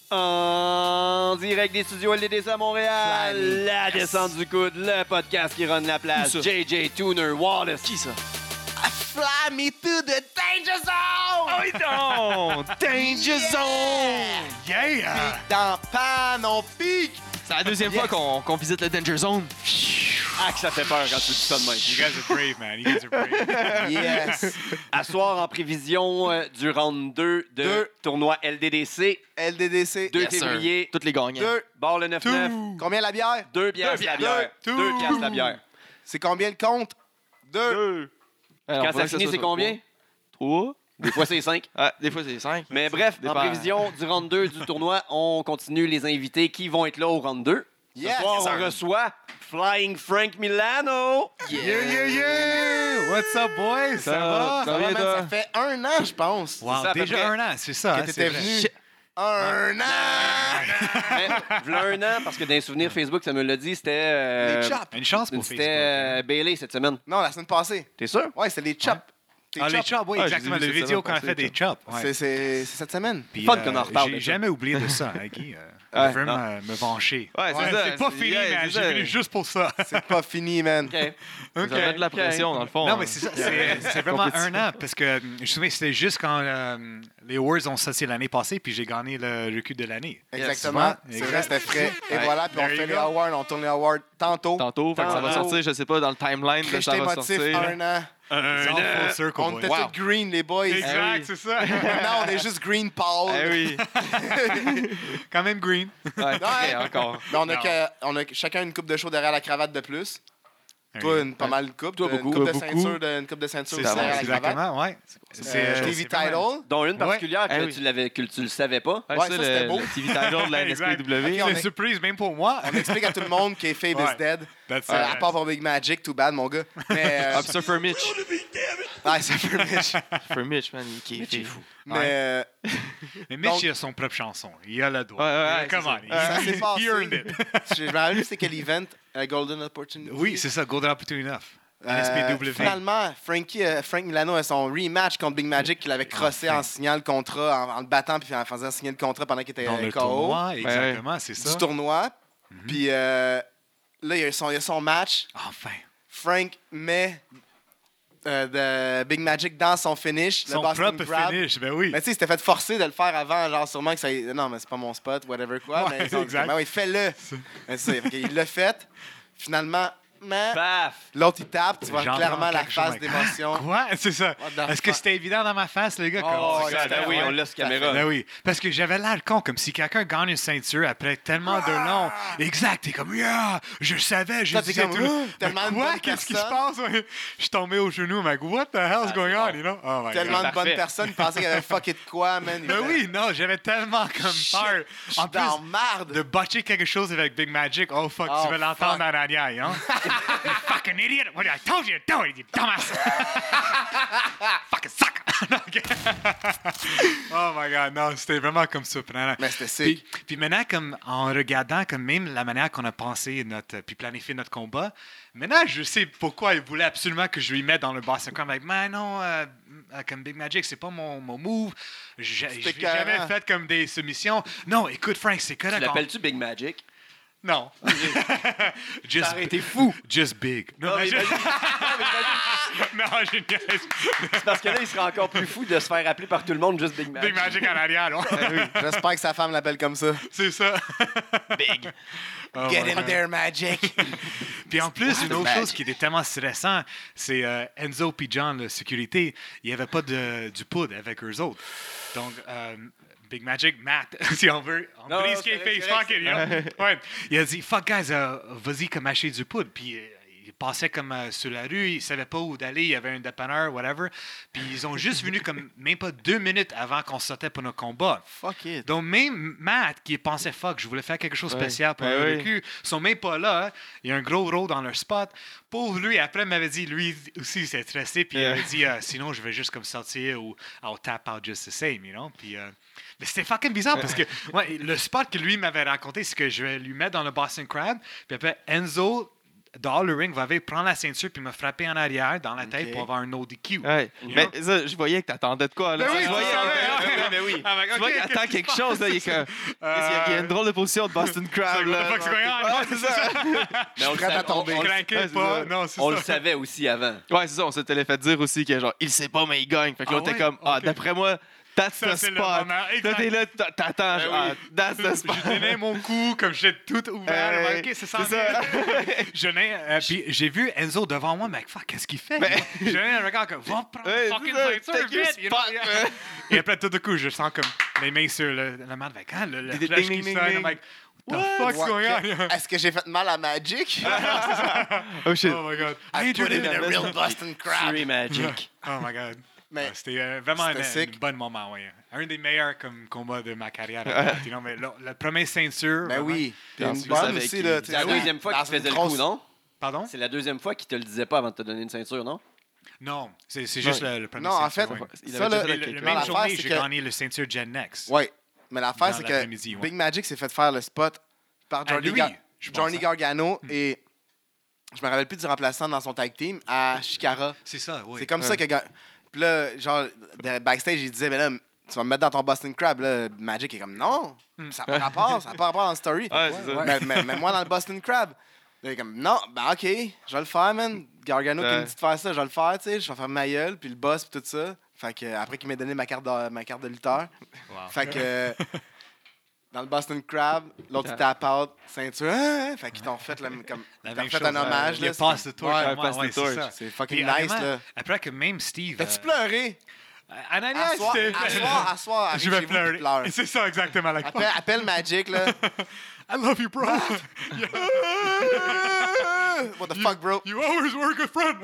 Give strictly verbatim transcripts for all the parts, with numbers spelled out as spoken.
En direct des studios L D D C à Montréal, Flammy. la Yes. descente du coude, le podcast qui run la place, Où ça? J J Tuner Wallace. Qui ça? Fly me to the danger zone! Oh, non! Danger Zone! Yeah! Dans Pan, on pique! C'est la deuxième Yes. fois qu'on qu'on visite le Danger Zone. Ah, que ça fait peur quand tu dis ça de même. You guys are brave, man. You guys are brave. Yes! À soir, en prévision euh, du round deux de Deux. tournoi L D D C, L D D C. deux Yes, sir. février, Toutes les gagnants. Deux. bar le neuf neuf, Combien la bière? deux piastres la piastres. bière. Deux. Deux piastres la bière. C'est combien le compte? Deux. Deux. Alors, Quand faudrait ça que finit, soit c'est sur combien? Trois. Des fois, c'est cinq. Ah, des fois, c'est cinq. Mais bref, en Dépend. prévision du round deux du tournoi, on continue les invités qui vont être là au round deux. Yes! Ce soir, Yes, on sir. reçoit Flying Frank Milano. Yeah, yeah, yeah! What's up, boys? Ça, Ça va? va? Ça va, bien, man, toi? ça fait un an, je pense. Wow, ça, à peu déjà près. un an, c'est ça. Que hein, t'étais c'est vrai. venu. Shit. Un an! Mais, v'là un an, parce que dans les souvenirs Facebook, ça me l'a dit, c'était... euh, Les chops. Une chance pour C'était Facebook. euh, Bailey cette semaine. Non, la semaine passée. T'es sûr? Ouais, c'était les chops. Tes Ah, les chops. chops, oui, Ah, exactement. j'ai vu La cette vidéo semaine qu'on a passer, fait des chops. ouais. C'est- C'est c'est cette semaine. Puis, fun qu'on en reparle de J'ai ça. jamais oublié de ça, hein, Guy. Euh, Ouais, je veux non. me, me vancher. Ouais, c'est Ouais, ça. c'est pas fini, yeah, mais c'est j'ai ça. venu juste pour ça. C'est pas fini, man. OK. Ça met de la pression, dans le fond. Non, hein. mais c'est ça. C'est c'est vraiment Compétition. un an parce que euh, je me souviens, c'était juste quand euh, les Awards ont sorti l'année passée, puis j'ai gagné le recul de l'année. Exactement. Yes. C'est vrai, c'était frais. Et Ouais. voilà, puis on There fait you les go. awards, on tourne les awards tantôt. Tantôt, fait que ça va Tantôt. sortir, je sais pas, dans le timeline, de ça Riche va motif, sortir. un an. Un Ils ont an. Full circle, On boys. était Wow. tous green, les boys. Exact, Eh oui. c'est ça. Maintenant, on est juste green pâle. Eh oui. Quand même green. Ouais, très encore. Mais on a, Non. que- on a chacun une coupe de chaud derrière la cravate de plus. Toi, une, pas mal de coupes. Toi, Une beaucoup. coupe de Toi, beaucoup. ceinture, de, une coupe de ceinture C'est aussi ça, derrière la cravate. exactement, ouais. C'est Euh, euh, T V c'est vraiment- title. Dont une particulière Ouais. que Eh oui. tu, l'avais, que tu le savais pas. Ouais, Ouais, ça, ça, c'était le, beau. le T V title de la N S P W. Ok, on C'est est- une surprise même pour moi. On explique à tout le monde que Fave Ouais. is dead. That's Euh, it. à part pour Big Magic, too bad, mon gars. Mais, euh, Ah, puis ça, for Mitch. ouais, ça peut Mitch. For Mitch, man, il Mitch est est fou. Mais euh, Mais Mitch, Donc- il a son propre chanson. Il a le droit. Ouais, ouais, ouais, Come c'est on. ça. il- ça s'est he passé. earned it. je me rappelle, c'était quel event? Euh, Golden Opportunity? Oui, c'est ça. Golden Opportunity enough. Euh, N S P W. finalement, Frankie, euh, Frank Milano a son rematch contre Big Magic qu'il avait crossé Enfin. en signant le contrat, en, en le battant puis en faisant signer le contrat pendant qu'il était Dans le K O tournoi, exactement, c'est du ça. tournoi. Puis euh, là, il y, a son, il y a son match. Enfin. Frank met euh, de Big Magic dans son finish. Son le Boston propre Crab. finish, ben oui. Mais tu sais, il s'était fait forcer de le faire avant, genre sûrement que ça. Non, mais c'est pas mon spot, whatever quoi. Ouais, mais ils ont dit, exact. ben oui, fais-le. Mais c'est- fait qu'il l'a fait. Finalement, mais Paf! l'autre il tape, tu vois J'entends clairement la quelque chose, face like, d'émotion. Quoi? C'est ça. What the Est-ce que fuck? c'était évident dans ma face, les gars? Oh, Comment ouais, ça? Ben oui, on laisse caméra. Ben oui, parce que j'avais l'air con, comme si quelqu'un gagne une ceinture après tellement de long. Exact, t'es comme, yeah, je savais, je Toi, t'es disais comme, tout. Ah, Mais tellement une quoi? bonne Qu'est-ce qui se personne. passe? Ouais. Je suis tombé au genou, mais what the hell's Ah, going c'est on, bon. you know? Oh my Tellement God. de bonnes Parfait. personnes pensaient qu'il avait fucké de quoi, man. Ben oui, non, j'avais tellement comme peur. Je suis En plus, dans marde. de botcher quelque chose avec Big Magic, oh fuck, Oh, tu vas l'entendre fuck. dans la niaille, hein? You fucking idiot! What I told you to do it, you dumbass! Fucking suck! Ok. Oh my god, non, c'était vraiment comme surprenant. Mais c'était Puis, sick. puis maintenant, comme en regardant comme même la manière qu'on a pensé notre, puis planifié notre combat, maintenant je sais pourquoi il voulait absolument que je lui mette dans le Boston Crab. Like, man, non, euh, euh, comme Big Magic, c'est pas mon, mon move. J'ai C'était j'ai jamais écœurant. fait comme des soumissions. Non, écoute, Frank, c'est correct. Tu l'appelles-tu Big Magic? Non. Just, Ça aurait été fou. Just big. Non, Non, mais mais je- imagine- non, je niaise. C'est parce que là, il serait encore plus fou de se faire appeler par tout le monde juste Big Magic. Big Magic en arrière, là. J'espère que sa femme l'appelle comme ça. C'est ça. Big. Oh Get my in God. there, Magic. Puis en plus, une autre Magic. chose qui était tellement stressant, c'est euh, Enzo et John, la sécurité, il n'y avait pas de, du poudre avec eux autres. Donc, euh, Big Magic, Matt, si on veut, on Non, brise c'est qui correct, face, c'est fuck it, you know? Ouais. Il a dit, fuck guys, euh, vas-y comme acheter du poudre. Puis euh, il passait comme euh, sur la rue, il savait pas où d'aller, il y avait un dépanneur, whatever. Puis ils ont juste venu comme même pas deux minutes avant qu'on sortait pour notre combat. Fuck it. Donc, même Matt, qui pensait, fuck, je voulais faire quelque chose de Ouais. spécial pour Ouais, le ouais. recul, sont même pas là. hein. Il y a un gros rôle dans leur spot. Pauvre lui, après, il m'avait dit, lui aussi, il s'est stressé, puis il Yeah. avait dit, euh, sinon, je vais juste comme sortir ou I'll tap out just the same, you know? Puis, euh, mais c'était fucking bizarre parce que ouais, le spot que lui m'avait raconté, c'est que je vais lui mettre dans le Boston Crab, puis après, Enzo dehors le ring, va aller prendre la ceinture puis me frapper en arrière dans la tête Ok. pour avoir un O D Q. Ouais. Mais ça, je voyais que t'attendais de quoi, là. Ben oui, je tu voyais, savais, ben hein? oui, ben oui, ben oui. Ah, ben, Tu ok, vois qu'il ok, attend qu'est-ce quelque qui se chose, là. Il est comme. Il y a- il y a une drôle de position de Boston Crab, là. What the fuck's going on? Ouais, c'est ça. Mais on le prêt à savait- tomber. on- on le- Craquez Ouais, c'est pas. ça. Non, c'est On ça. le savait aussi avant. Ouais, c'est ça. On s'était fait dire aussi que, genre, il sait pas, mais il gagne. Fait que Ah l'autre était ouais? comme, ah, Ok. d'après moi, that's Ça, the c'est le spot. moment. Toi, Exact. t'es là, t'a- t'attends, genre, ah, that's the spot. Je tenais mon cou comme j'étais tout ouvert. Hey, ok, c'est ça. c'est ça. Je n'ai, euh, puis j'ai vu Enzo devant moi, mais fuck, qu'est-ce qu'il fait? Ben- Je n'ai un regard comme, va prendre Ouais, fucking c'est ça, ceinture, take your vite! you know, spot, yeah. man. Et après, tout d'un coup, je sens comme les mains sur le, la main avec hein, le, le Ding, flash ding, qui ding, sonne. ding. I'm like, what the What? fuck's going on? Ouais. Est-ce que j'ai fait mal à Magic? Oh shit. Oh my god. I put him in a Introduce- real Boston Crab. Free Magic. Oh my god. Mais Ouais, c'était euh, vraiment un, c'était un sick. bon moment, oui. Un des meilleurs comme combats de ma carrière. à date, you know, mais le, le premier ceinture. ben vraiment- oui. Puis Non, une tu bonne savais aussi, qu'il- là. c'est tu C'est sais, la dans- deuxième fois dans qu'il te une faisait le grosse- coup, non? Pardon? C'est la deuxième fois qu'il te le disait pas avant de te donner une ceinture, non? Non, c'est c'est juste le, le premier Non, en ceinture, fait, ouais. Il ça, avait là, déjà Le, fait le quelqu'un. même l'affaire, journée, c'est j'ai que- gagné le ceinture Gen Next. Ouais. Mais l'affaire, Dans c'est l'après-midi, que ouais. Big Magic s'est fait faire le spot par À Johnny, lui, Gar- je pense, Johnny hein. Gargano et je me rappelle plus du remplaçant dans son tag team à Shikara. C'est ça, oui. C'est comme Ouais. ça que. Ga- Puis là, genre, de- backstage, il disait, mais là, tu vas me mettre dans ton Boston Crab. Là. Magic est comme, non, ça n'a pas rapport, ça n'a pas rapport dans la story. Ouais, c'est ça. Mais, mais- mais moi, dans le Boston Crab. Là, il est comme, non, ben ok, je vais le faire, man. Gargano qui Ouais. me dit de faire ça, je vais le faire, tu sais, je vais faire ma gueule, puis le boss, puis tout ça. Fait que, euh, après qu'il m'ait donné ma carte de, ma carte de lutteur. Wow. Fait que, euh, dans le Boston Crab, l'autre, il Ouais. tap out, ceinture. Ah, fait qu'ils t'ont fait, le- comme, La ils t'ont même fait chose, un hommage. Il là, a c'est passé le comme- torch. Ouais, à moi, passe le ouais, c'est torch. ça. C'est fucking Puis, nice, honnêtement, là. Après que même Steve. T'as-tu euh, pleuré? Ananias, Assoir, c'était- assoir, assoir, arrive Je vais chez vous, puis pleurer. pleure. C'est ça exactement la Appelle, appelle Magic, là. I love you, bro. What the fuck, bro? You always were a good friend.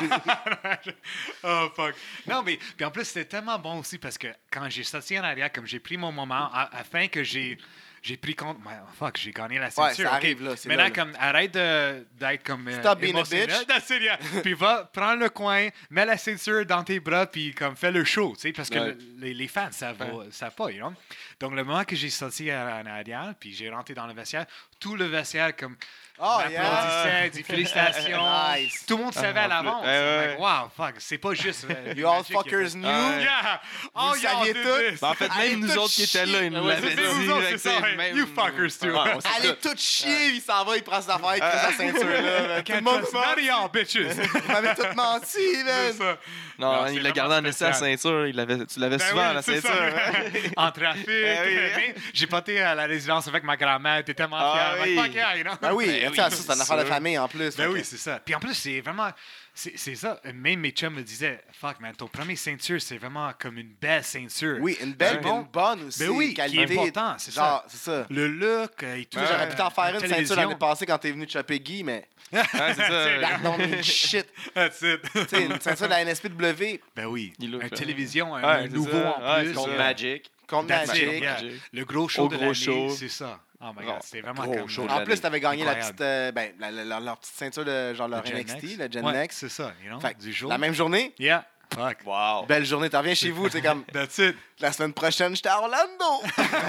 Oh, fuck. Non, mais puis en plus, c'était tellement bon aussi parce que quand j'ai sorti en arrière, comme j'ai pris mon moment, à- afin que j'ai. J'ai pris compte. Ouais, fuck, j'ai gagné la ceinture. ça ok. arrive, là, c'est Maintenant, là, là. comme, arrête de- d'être comme. euh, Stop being a émotionnel. bitch. That's it, yeah. Puis va, prends le coin, mets la ceinture dans tes bras, puis comme, fais le show, tu sais, parce que Ouais. le- les, les fans savent, savent pas, you know. Donc, le moment que j'ai sorti en arrière, puis j'ai rentré dans le vestiaire, tout le vestiaire, comme. Oh, m'applaudissait, dit félicitations. Nice. Tout le monde savait à l'avance. Ouais, ouais, Like, wow, fuck, c'est pas juste. euh, You all Magic qui a fuckers fait- knew. Ouais. Yeah! Vous Oh, le y'all saviez did tous. this. Ben, en fait, Allez même nous tout autres qui étaient là, ils nous Ouais, l'avaient c'est dit. ça, vous autres, fait c'est que, ça, tu sais, ouais. même- You fuckers, too. Ouais, on s'est Allez tout chier, il s'en va, il prend ses affaires, il prend sa ceinture, là. Tout le Can't monde trust ment. none of y'all, bitches. Il m'avait tout menti, C'est man. ça. Non, Non, c'est il l'a gardé vraiment en essaie la spécial. ceinture. Il l'avait- tu l'avais Ben souvent, oui, la c'est ceinture. ça. hein. En trafic. Ben oui. mais J'ai porté à la résidence avec ma grand-mère. T'es tellement Ah fier. Like, oui. fuck yeah, you know? Ben oui, Ben tu sais, oui, ça, c'est une affaire de sûr. famille en plus. Ben fait oui, que- c'est ça. Puis en plus, c'est vraiment. C'est c'est ça. Même mes chums me disaient, fuck, man, ton premier ceinture, c'est vraiment comme une belle ceinture. Oui, une belle, Ouais. mais une bonne aussi. Ben oui, qui est qualité. important, c'est Genre, c'est ça. Le look euh, et tout. Tu sais, J'aurais pu t'en faire la une ceinture télévision. l'année passée quand t'es venu te choper Guy, mais Ouais, c'est ça. that don't mean shit. That's it. Tu sais, une ceinture de la N S P W Ben oui. Il look, Une ouais. télévision, un, Ouais, un c'est nouveau ça. en Ouais, plus. c'est Contre ça. Magic. contre That's it, Magic. yeah. Magic. Le gros show Au de gros l'année, show. c'est ça. Oh my Non, god, c'était vraiment gros comme... show de En l'année. plus, t'avais gagné la Incroyable. petite, euh, ben, la- la- la- leur petite ceinture de genre leur Le Gen N X T, Next. le Gen Ouais, Next. c'est ça, you know, Fait que du jour. La même journée, Yeah, fuck. Wow. belle journée. T'en reviens chez vous, c'est comme That's it. la semaine prochaine, j'étais à Orlando.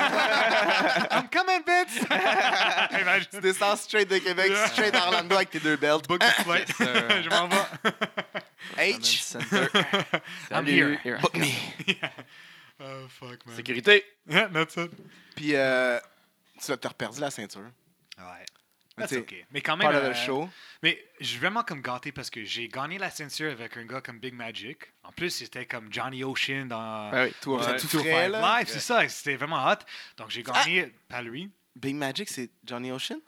I'm coming, bitch! Imagine. Tu descends straight de Québec, straight à Orlando avec tes deux belts. Book the flight. sir. Je m'en vais. H. Center. I'm Salut. here. Book me. Oh, fuck, man. Sécurité. Yeah, that's it. Puis, euh, tu as t'as reperdu la ceinture. Ouais. Mais That's tu sais, okay. Mais quand même... Part of euh, the show. Mais je suis vraiment comme gâté parce que j'ai gagné la ceinture avec un gars comme Big Magic. En plus, c'était comme Johnny Ocean dans... Ben oui. Tout, Ouais. tout Two frais, Five là. Live, c'est ça, c'était vraiment hot. Donc j'ai gagné par lui. Big Magic, c'est Johnny Ocean?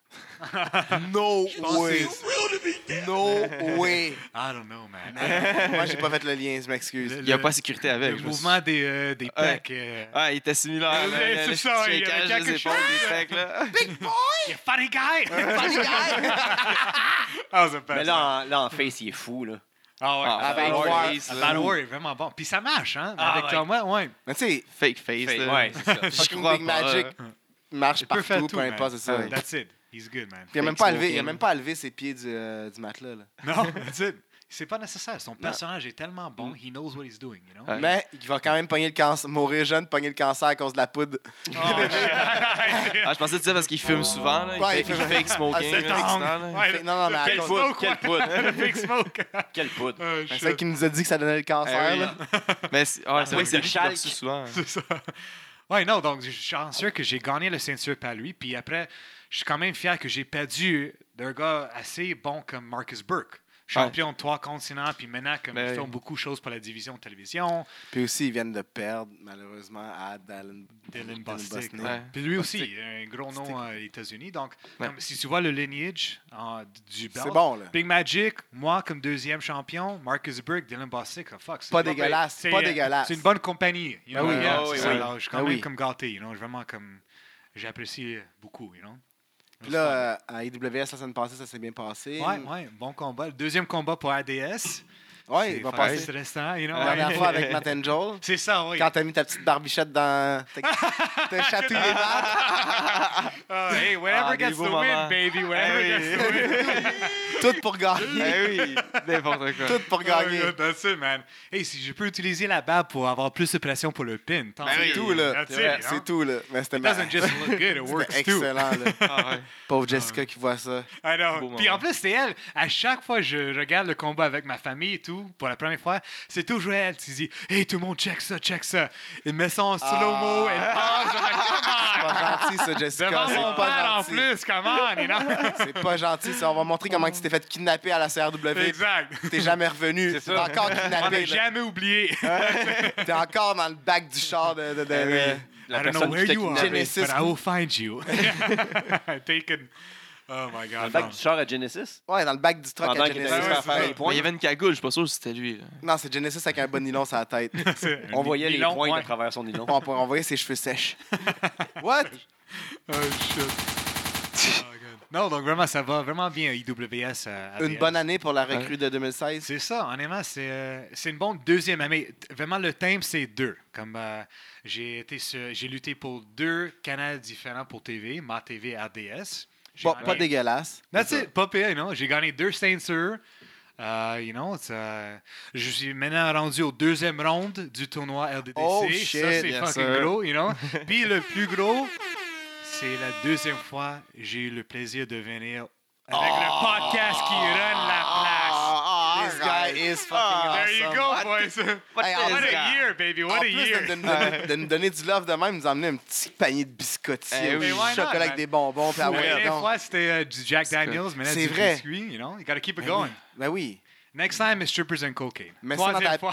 No pense way. No way. I don't know, man. Moi, j'ai pas fait le lien, je m'excuse. Le- Il n'y a pas de sécurité avec. Le je me suis- mouvement des, euh, des Ouais. pecs. euh, Ah, il était similaire. Ouais, là, c'est le ça, il y avait shakeage quelque des épaules, chose. des pecs, là. Big boy! You funny guy! Funny guy! Ah, c'est pas Mais ça. là, en, là, en face, il est fou, là. Ah ouais. Ah, Avec Battle War. Face, Ah, là. Battle War est vraiment bon. Puis ça marche, hein? Ah, avec ouais. Thomas, ouais. Mais tu sais, Fake face, Fait- là. ouais, c'est ça. Je fucking crois Big pas. Magic marche Il peut faire partout, tout, peu man. importe, c'est ça. That's it. He's good, man. Puis il a même Fake pas levé, il a smoking. même pas levé ses pieds du, euh, du matelas, là. Non, that's it. c'est pas nécessaire. Son personnage est tellement bon, he knows what he's doing, you know? Ouais. Mais il va quand même pogner le cancer, mourir jeune, pogner le cancer à cause de la poudre. Oh, Ah, je pensais que tu disais parce qu'il fume souvent. Là. Il Ouais, fait, il fait- il fake smoking. Ah, c'est là, dingue. accident, là. Ouais, Fait- non, non, mais à Quelle cause- poudre, smoke, quelle poudre, le big smoke. quelle poudre. Oh, c'est shit. ça qui nous a dit que ça donnait le cancer. Ah oui. là. Mais c'est ouais, c'est vrai que c'est le lui qui l'a chalk. reçu souvent. C'est ça. Ouais, non, donc je suis chanceux que j'ai gagné le ceinture par lui. Puis après, je suis quand même fier que j'ai perdu d'un gars assez bon comme Marcus Burke. Champion de trois continents, puis maintenant, comme Ben ils oui. font beaucoup de choses pour la division de télévision. Puis aussi, ils viennent de perdre, malheureusement, à Dylan, Dylan Bosnick. Bostic. Ouais. Puis lui aussi, Bostic. il a un gros nom aux États-Unis. Donc, Ouais. comme, si tu vois le lineage euh, du belt, C'est bon, là. Big Magic, moi comme deuxième champion, Marcus Burke, Dylan Bostic, oh, fuck. c'est Pas une- dégueulasse, c'est, pas euh, dégueulasse. C'est une bonne compagnie. you Ben know, oui, yeah, ah c'est oui, ça, oui. alors, je suis quand Ben même oui. comme gâté. You know, vraiment comme. J'apprécie beaucoup. You know? Puis là, euh, à I W S, la semaine passée, ça s'est bien passé. Ouais, ouais, bon combat. Le deuxième combat pour R D S. Ouais, C'est il va fucking passer. stressant, you know. La dernière fois avec Matt and Joel. C'est ça, oui. Quand t'as mis ta petite barbichette dans. T'as t'as chatouillé Matt. Ah, hey, whatever Ah, des gets the beaux win, moments. baby. Whatever Eh oui. gets the win. Tout pour gagner. Eh oui, n'importe quoi. Tout pour gagner. Oh, that's it, man. Hey, si je peux utiliser la barbe pour avoir plus de pression pour le pin, tant Ben, c'est mieux. tout, là. That's C'est it, vrai, you know? C'est tout, là. Mais c'était It ma- doesn't just look good, it works c'était too. excellent, là. Ah, ouais. Pauvre Jessica qui voit ça. I know. Beau Puis moment. en plus, c'est elle. À chaque fois que je regarde le combat avec ma famille et tout, pour la première fois, c'est toujours elle qui dit hey, tout le monde, check ça, check ça. Il met ça en slow-mo, Ah. elle passe. I'm like, C'est come pas on! gentil, ça, Jessica. Devant C'est mon pas père en gentil. plus, come on, you know? C'est pas gentil, ça. On va montrer comment tu t'es fait kidnapper à la C R W. Exact. T'es jamais revenu. C'est T'es ça. encore On n'a kidnappé. là. jamais oublié. T'es encore dans le bac du char de. de, de- Eh oui. de- La I don't know personne where qui t'a you are, kidnappé. Genesis. but I will find you. Taken. Oh my Dans le God. bac non. du char à Genesis. Ouais, dans le bac du truck Pendant à qu'il était Genesis. allé se faire faire les Mais points. il y avait une cagoule, je suis pas sûr que c'était lui. Là. Non, c'est Genesis avec un bon nylon sur la tête. C'est On un voyait les nylon, points ouais. à travers son nylon. On pourrait envoyer ses cheveux sèches. What? Oh shit. Oh, God. Non, donc vraiment, ça va vraiment bien à I W S. à- à Une D S. bonne année pour la recrue de deux mille seize. C'est ça, honnêtement, c'est euh, c'est une bonne deuxième année. T- Vraiment, le thème, c'est deux. Comme euh, j'ai été sur- j'ai lutté pour deux canaux différents pour T V, Ma T V, R D S. J'ai Pas, gagné- pas dégueulasse. That's it, pas pire, you know. J'ai gagné deux ceintures. Uh, you know, it's, uh, je suis maintenant rendu au deuxième round du tournoi R D D C. Oh, ça, shit, c'est yes, fucking sir. gros, you know. Puis le plus gros, c'est la deuxième fois que j'ai eu le plaisir de venir avec le podcast qui run la place. Ah, this guy is fucking There you awesome. go, boys. Hey, en What plus- a year, baby. En What a plus year. de, de nous donner, de nous donner du love de même, nous emmener un petit panier de biscottis Eh au oui. Mais why not, chocolat man? avec des bonbons. Puis ah La ouais, dernière donc. fois, c'était euh, du Jack Daniels, mais là, C'est du vrai. biscuit, you know. You gotta keep it Ben oui. going. Ben oui. Next time, it's strippers and cocaine. Mets ça dans Troisième ta- fois.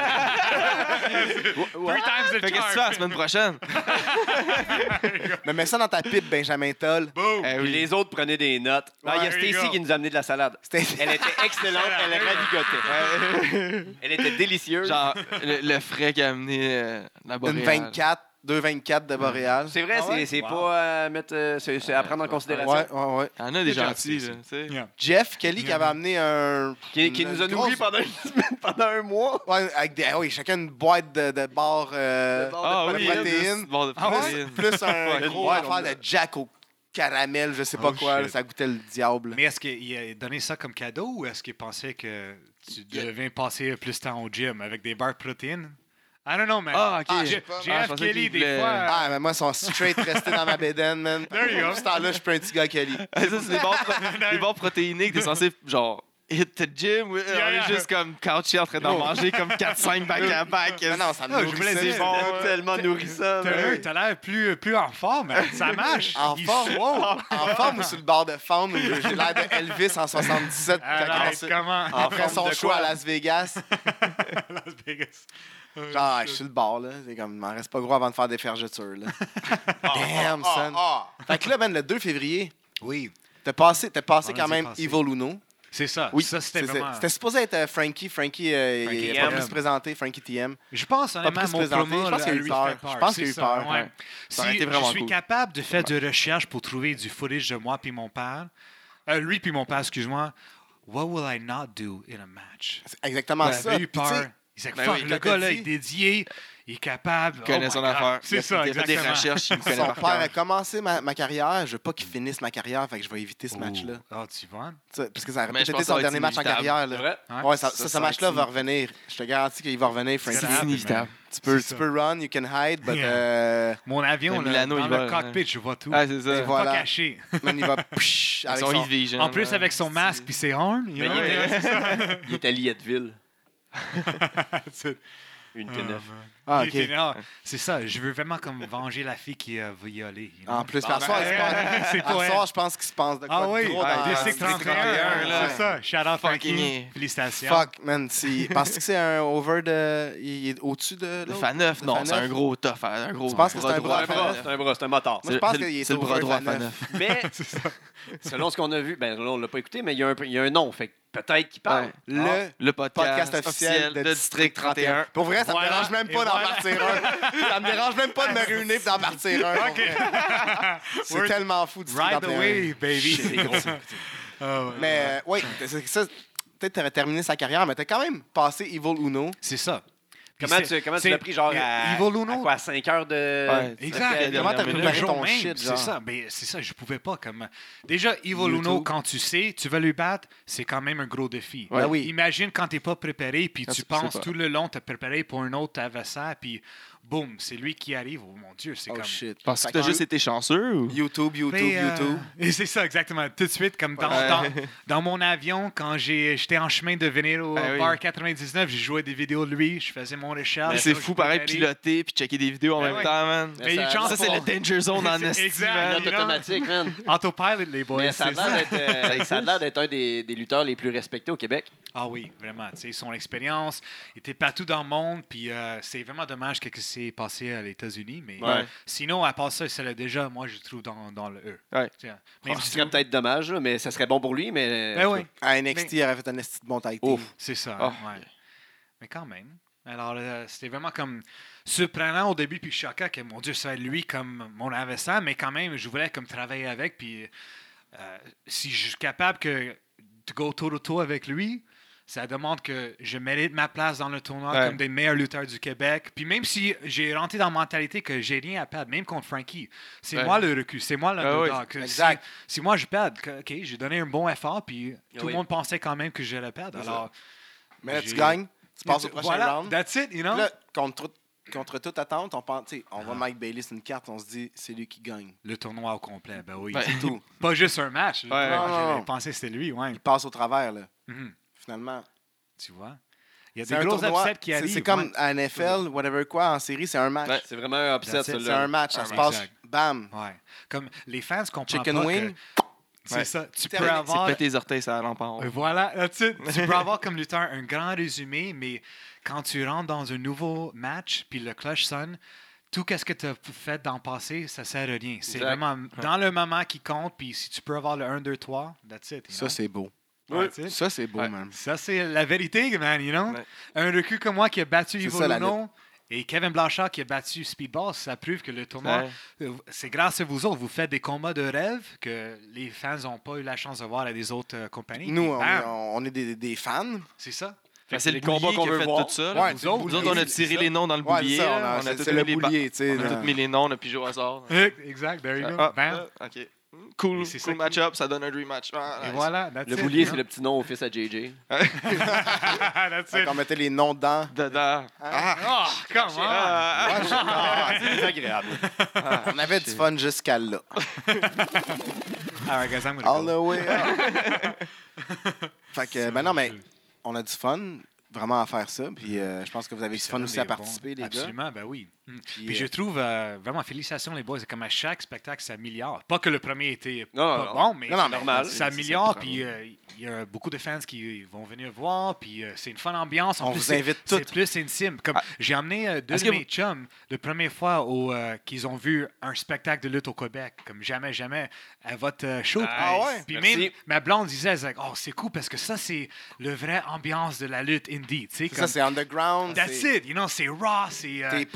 Three times the Fait qu'est-ce que tu fais la charm. semaine prochaine? Mais mets ça dans ta pipe, Benjamin Toll. Boom. Eh Puis oui. les autres prenaient des notes. Ah, il y a Ouais, there you Stacy go. qui nous a amené de la salade. C'était Elle était excellente, elle ravigotait. Elle était délicieuse. Genre, le, le frais qui a amené euh, la une Boréale. vingt-quatre, deux vingt-quatre de Boréal. C'est vrai, Ah ouais? c'est c'est Wow. pas à mettre, euh, c'est c'est à prendre en considération. Ouais, ouais, ouais. Il y en a des Good job, gentils, Stacy. là, tu sais. Yeah. Jeff Kelly qui avait amené un. Qui, qui une nous a grosse- nourris pendant une semaine, pendant un mois. Ouais, avec des, ah oui, chacun une boîte de, de barres euh, De barres Ah de oui, protéines. bon de Ah ouais? protéines. Plus un Ouais, gros ouais, affaire de Jack au caramel, je sais pas Oh, quoi, shit. là, ça goûtait le diable. Mais est-ce qu'il a donné ça comme cadeau ou est-ce qu'il pensait que tu devais passer plus de temps au gym avec des barres de protéines? I don't know, man. Ah, ok. Ah, J- je sais pas. Ah, je J F pensais Kelly, qu'il des voulait- fois. Ah, mais moi, ils sont straight restés dans ma bédaine, man. There you go. Ce temps-là, je suis pas un petit gars Kelly. Ah, ça, c'est des barres, pro- des barres protéinées que t'es censé, genre, hit the gym. Oui, Yeah, on est yeah. juste comme couché en train d'en manger comme quatre cinq back à back. Non, non, ça me Non, je nourrissait. voulais dire, bon. C'était tellement nourrissant. T'as man. l'air- t'as l'air plus, plus en forme, man. Ça marche. En Il forme, swole. en forme ou sur le bord de fente, où j'ai l'air de Elvis en soixante-dix-sept quand il Arrête, a- comment? après forme son de show quoi? à Las Vegas. Las Vegas. Oh, Genre, shit. je suis sur le bord, là. C'est comme, il m'en reste pas gros avant de faire des fergetures, là. Damn, son. Fait que là, ben, le deux février, Oui, t'as passé, t'as passé On a quand dit même passé. Evil Uno. c'est ça. Oui, ça, c'était c'est- vraiment... C'était supposé être euh, Frankie. Frankie, euh, Frankie il T a M. pas pu se présenter, Frankie T M. Je pense, Pas honnêtement, pu se mon présenter. promo, Je pense qu'il a eu lui peur. fait Je pense qu'il a eu C'est peur. ça, ouais. Ouais. Si Ça aurait été je vraiment suis cool. capable de faire de recherche pour trouver du footage de moi puis mon père, euh, lui puis mon père, excuse-moi, what will I not do in a match? C'est exactement J'avais ça. eu Puis, tu sais, peur. Il disait, ben fuck, oui, le quand gars t'as là dit- est dédié, il est capable. Il connaît Oh son my God. affaire. C'est Il a- ça, il a fait des exactement. recherches, il me connaît Son par père a cœur. commencé ma, ma carrière. Je veux pas qu'il finisse ma carrière, fait que je vais éviter ce Oh. match-là. Oh, tu vois? Tu sais, Parce que ça aurait Mais je peut-être pense été que ça son va dernier être match en inévitable. carrière. C'est Là. vrai? Ouais, ça, Ça, ça, ça ce va match-là être va revenir. Je te garantis qu'il va revenir, Frankie. C'est C'est inévitable. Tu peux, C'est tu ça. peux run, you can hide, but Yeah. euh, Mon avion, Mais là, Milano, dans il le va, cockpit, je vois tout. Ah, c'est Et ça. voilà. Pas caché. man, il va psh, avec Son son... heat vision. En plus, là. avec son masque puis ses horns. you Mais know? il Ouais. est- Il est à Lietteville. C'est- Une Ah, T neuf. Ah, il ok. était- non, c'est ça, je veux vraiment comme venger la fille qui a violé. you know? En plus, Bon, par soir, ben, il se passe- c'est par pas soir, elle. je pense qu'il se passe de quoi Ah de oui, gros ouais, dans District District trente et un, trente et un, là. c'est ça. Shout out Fucking Frankie. yeah. Félicitations. Fuck, man. Si... Penses-tu que c'est un over de. Il est au-dessus de. Le l'autre? fan neuf, Le non, fan c'est un neuf? gros tough. Un gros Tu penses que c'est un droit. bras C'est un bras, c'est un bras, c'est un moteur. Moi, je pense C'est- qu'il est c'est le bras over droit fan fan neuf. neuf. Mais selon ce qu'on a vu, ben là, on l'a pas écouté, mais il y a un, il y a un nom. Fait que peut-être qu'il parle. Ouais. Le Le podcast podcast officiel de District trente et un. Pour vrai, ça Voilà, me dérange même et pas d'en voilà. partir un. Ça me dérange même pas de me réunir et d'en partir un. pour vrai. C'est We're- tellement fou, District Ride trente et the un. wave, baby. C'est gros. Ah ouais. Mais euh, oui, c'est ça. Peut-être tu aurais terminé sa carrière, mais t'as quand même passé Evil Uno. C'est ça. Puis Comment c'est- tu, comment tu c'est- l'as pris, genre, à, Evil Uno? à quoi, cinq heures de... Ouais. Exact. Après la Comment t'as dernière préparé minute. Le jour ton même, shit, c'est genre? ça. Ben, c'est ça, je pouvais pas comme. Déjà, Evil YouTube. Uno, quand tu sais, tu vas lui battre, c'est quand même un gros défi. Ouais. Ben oui. Imagine quand t'es pas préparé, puis Quand tu tu sais penses pas. tout le long te préparer pour un autre adversaire, puis boum, c'est lui qui arrive. Oh mon Dieu, c'est Oh comme. shit. Parce Fait que t'as que juste été chanceux ou? YouTube, YouTube, Mais, euh, YouTube. Et c'est ça, exactement. Tout de suite, comme dans, Ouais. dans, dans mon avion, quand j'ai- j'étais en chemin de venir au Ah oui. bar quatre-vingt-dix-neuf, j'ai joué des vidéos de lui, je faisais mon recherche. Mais c'est fou, pareil, piloter puis checker des vidéos en Ben même ouais. temps, man. Mais Mais ça- il chante Ça, c'est pas. le danger zone en C'est esti, exact. man. Pilote you know? automatique, man. Autopilot, les boys. Mais ça a c'est l'air ça. d'être, euh, ça a l'air d'être un des, des lutteurs les plus respectés au Québec. Ah oui, vraiment. Tu sais, son expérience, il était partout dans le monde, puis euh, c'est vraiment dommage que que c'est passé à les États-Unis. Mais Ouais. sinon, à part ça, c'est là déjà, moi, je trouve dans, dans le E. Ouais. Tiens, Ce même si serait peut-être dommage, là, mais ça serait bon pour lui, mais... Ben oui, À N X T, il aurait fait un esti de bon tag team. Ouf. c'est ça. Oh. Ouais. Mais quand même. Alors, euh, c'était vraiment comme surprenant au début, puis choquant que, mon Dieu, ça va être lui comme mon adversaire, mais quand même, je voulais comme travailler avec, puis euh, si je suis capable que, de go toe-to-toe avec lui, ça demande que je mérite ma place dans le tournoi Ouais. comme des meilleurs lutteurs du Québec. Puis même si j'ai rentré dans la mentalité que j'ai rien à perdre, même contre Frankie, c'est Ouais. moi le recul, c'est moi le Ah oui, underdog. Que exact. Si, si moi je perds, que- OK, j'ai donné un bon effort, puis tout Oui. le monde pensait quand même que j'allais perdre. C'est Alors, Mais là, tu J'ai- gagnes, tu passes au prochain voilà, round. that's it, you know? Puis là, contre, tout- contre toute attente, on, pense, tu sais, on voit Mike Bailey sur une carte, on se dit, c'est lui qui gagne. Le tournoi au complet, ben oui. Ouais. C'est tout. Pas juste un match. Ouais. Moi, Non, non, J'avais non. pensé que c'était lui, ouais. Il passe au travers, là. Mhm. Finalement. Tu vois? Il y a C'est des un gros tournoi. upsets qui C'est- arrivent. C'est comme ouais. à N F L, whatever quoi, en série, c'est un match. Ouais. C'est vraiment un upset, That's it, C'est celui-là. un match, ça Un se match. passe, Exact. bam. Ouais. Comme les fans comprennent Chicken pas wing. que... C'est Ouais. ça. Tu peux Terminé. C'est avoir... péter les orteils, ça lampe en haut. Euh, Voilà, that's it. Tu peux avoir comme lutteur un grand résumé, mais quand tu rentres dans un nouveau match, puis le cloche sonne, tout ce que tu as fait dans le passé, ça sert à rien. C'est Exact. vraiment dans le moment qui compte, puis si tu peux avoir le un, deux, trois, that's it. you Ça, know? c'est beau. Ouais, that's it. Ça, c'est beau, Ouais. man. Ça, c'est la vérité, man, you know? Ouais. Un recul comme moi qui a battu C'est Ivo ça, la Luno et Kevin Blanchard qui a battu Speedball, ça prouve que le tournoi, Ouais. euh, c'est grâce à vous autres. Vous faites des combats de rêve que les fans n'ont pas eu la chance de voir à des autres euh, compagnies. Nous, Puis on est, bam, on est des, des fans. c'est ça. Fait que c'est le combat combat qu'on qui a veut fait voir. tout ça. là. Ouais, Nous c'est autres, le nous autres, on a boulier, tiré c'est ça. les noms dans le Ouais, boulier. c'est ça, là. on a- On a c'est- tous c'est mis le les ba- boulier, tu sais. On a là. tous mis les noms, on a pigé au hasard. Exact, there you go. Ah, Bam. ah, OK. Cool, Et c'est ça cool qui- match-up, ça donne un dream match. Ah, Et nice. voilà, that's Le it, boulier, you c'est know? le petit nom au fils à J J. That's Fait it. qu'on mettait les noms dedans. Dedans. Oh, come on. Ah, Ouais, je- Ah, c'est désagréable. on avait du fun jusqu'à là. All right, guys, I'm gonna All go. the way up. Fait que, ben non, mais on a du fun vraiment à faire ça. Puis euh, je pense que vous avez du Ça fun donne aussi des à bons- participer, les gars. Absolument, ben oui. Mm. Puis, Puis euh, je trouve euh, vraiment félicitations les boys, comme à chaque spectacle ça améliore. Pas que le premier était Non, pas non, bon, mais Non, non, c'est normal. ça c'est- améliore. c'est- Puis euh, il y a beaucoup de fans qui vont venir voir. Puis euh, c'est une fun ambiance. En On plus, vous c'est- invite C'est toutes. plus intime. Comme Ah. j'ai emmené euh, deux Est-ce de que mes chums la première fois au, euh, qu'ils ont vu un spectacle de lutte au Québec, comme jamais, jamais, à votre euh, show. Ah Puis- ouais? Puis Merci. même ma blonde disait, elle disait, oh c'est cool parce que ça c'est le vrai ambiance de la lutte indie. Tu sais, C'est comme ça, c'est underground. that's c'est- it. You know, c'est raw, c'est. euh, T'es proche.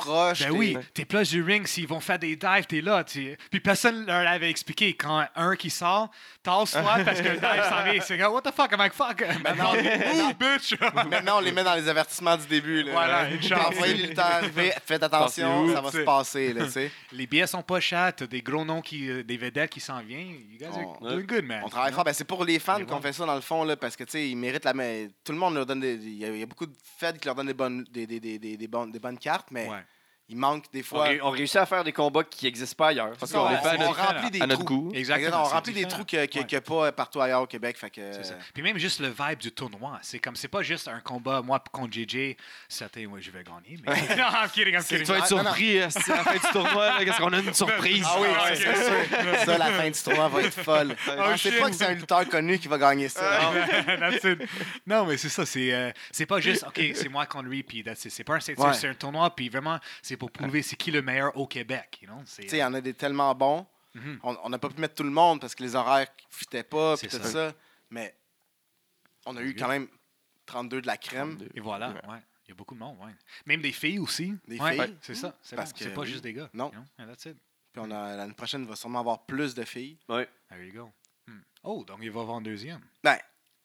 jeter. oui, t'es plus du ring, s'ils vont faire des dives, t'es là. Tu... Puis personne leur avait expliqué. Quand un qui sort, tasse-toi parce que le dive s'en vient. C'est comme, what the fuck, I'm like, fuck. Maintenant, Ouh, bitch! maintenant, on les met dans les avertissements du début. Là. Voilà, une chance. Envoyez les lutteurs arriver, faites attention, Pensez-vous, ça va tu se sais. passer. Là, tu sais. Les billets sont pas chers, t'as des gros noms, qui, euh, des vedettes qui s'en viennent. You guys are On- doing good, man. On travaille You fort. Ben, c'est pour les fans Mais qu'on bon. fait ça, dans le fond, là, parce que tu sais, ils méritent la. mais Tout le monde leur donne des. Il y, a, il y a beaucoup de feds qui leur donnent des bonnes, des, des, des, des, des bonnes, des bonnes cartes, mais know? Ouais. il manque des On, fois. ré- on réussit à faire des combats qui n'existent pas ailleurs. C'est qu'on ça, les on, fait à on notre- remplit des à notre trous. goût. Exactement. On c'est remplit des différent. trous qu'il n'y Ouais. a pas partout ailleurs au Québec. Fait que, C'est ça. Puis même juste le vibe du tournoi, c'est comme c'est pas juste un combat moi contre J J, certains ouais, je vais gagner mais non, I'm kidding, I'm C'est- kidding. Tu vas être Ah, non, non. surpris euh, si à la fin du tournoi, là, qu'est-ce qu'on a une surprise. Ah oui, Ah, c'est ok. c'est sûr. Ça, la fin du tournoi va être folle. On sait shit. pas que c'est un lutteur connu qui va gagner ça. That's it. Non, mais c'est ça, c'est euh, c'est pas juste OK, c'est moi contre lui puis that's it. C'est pas un c'est Ouais. c'est un tournoi puis vraiment c'est pour prouver c'est qui le meilleur au Québec, you know? C'est Tu sais, il y en a des tellement bons. Mhm. On on n'a pas pu mettre tout le monde parce que les horaires ne fitaient pas, puis C'est tout ça. ça. Mais on a eu quand même trente-deux de la crème. et voilà, ouais. Il y a beaucoup de monde, ouais. Même des filles aussi. Des Ouais, filles? ouais, c'est ça, c'est Parce bon. C'est que pas oui. juste des gars. Non. you know? Yeah, that's it. Puis on a, l'année prochaine, il va sûrement avoir plus de filles. Ouais. There you go. Hmm. Oh, donc il va avoir un deuxième. Ben,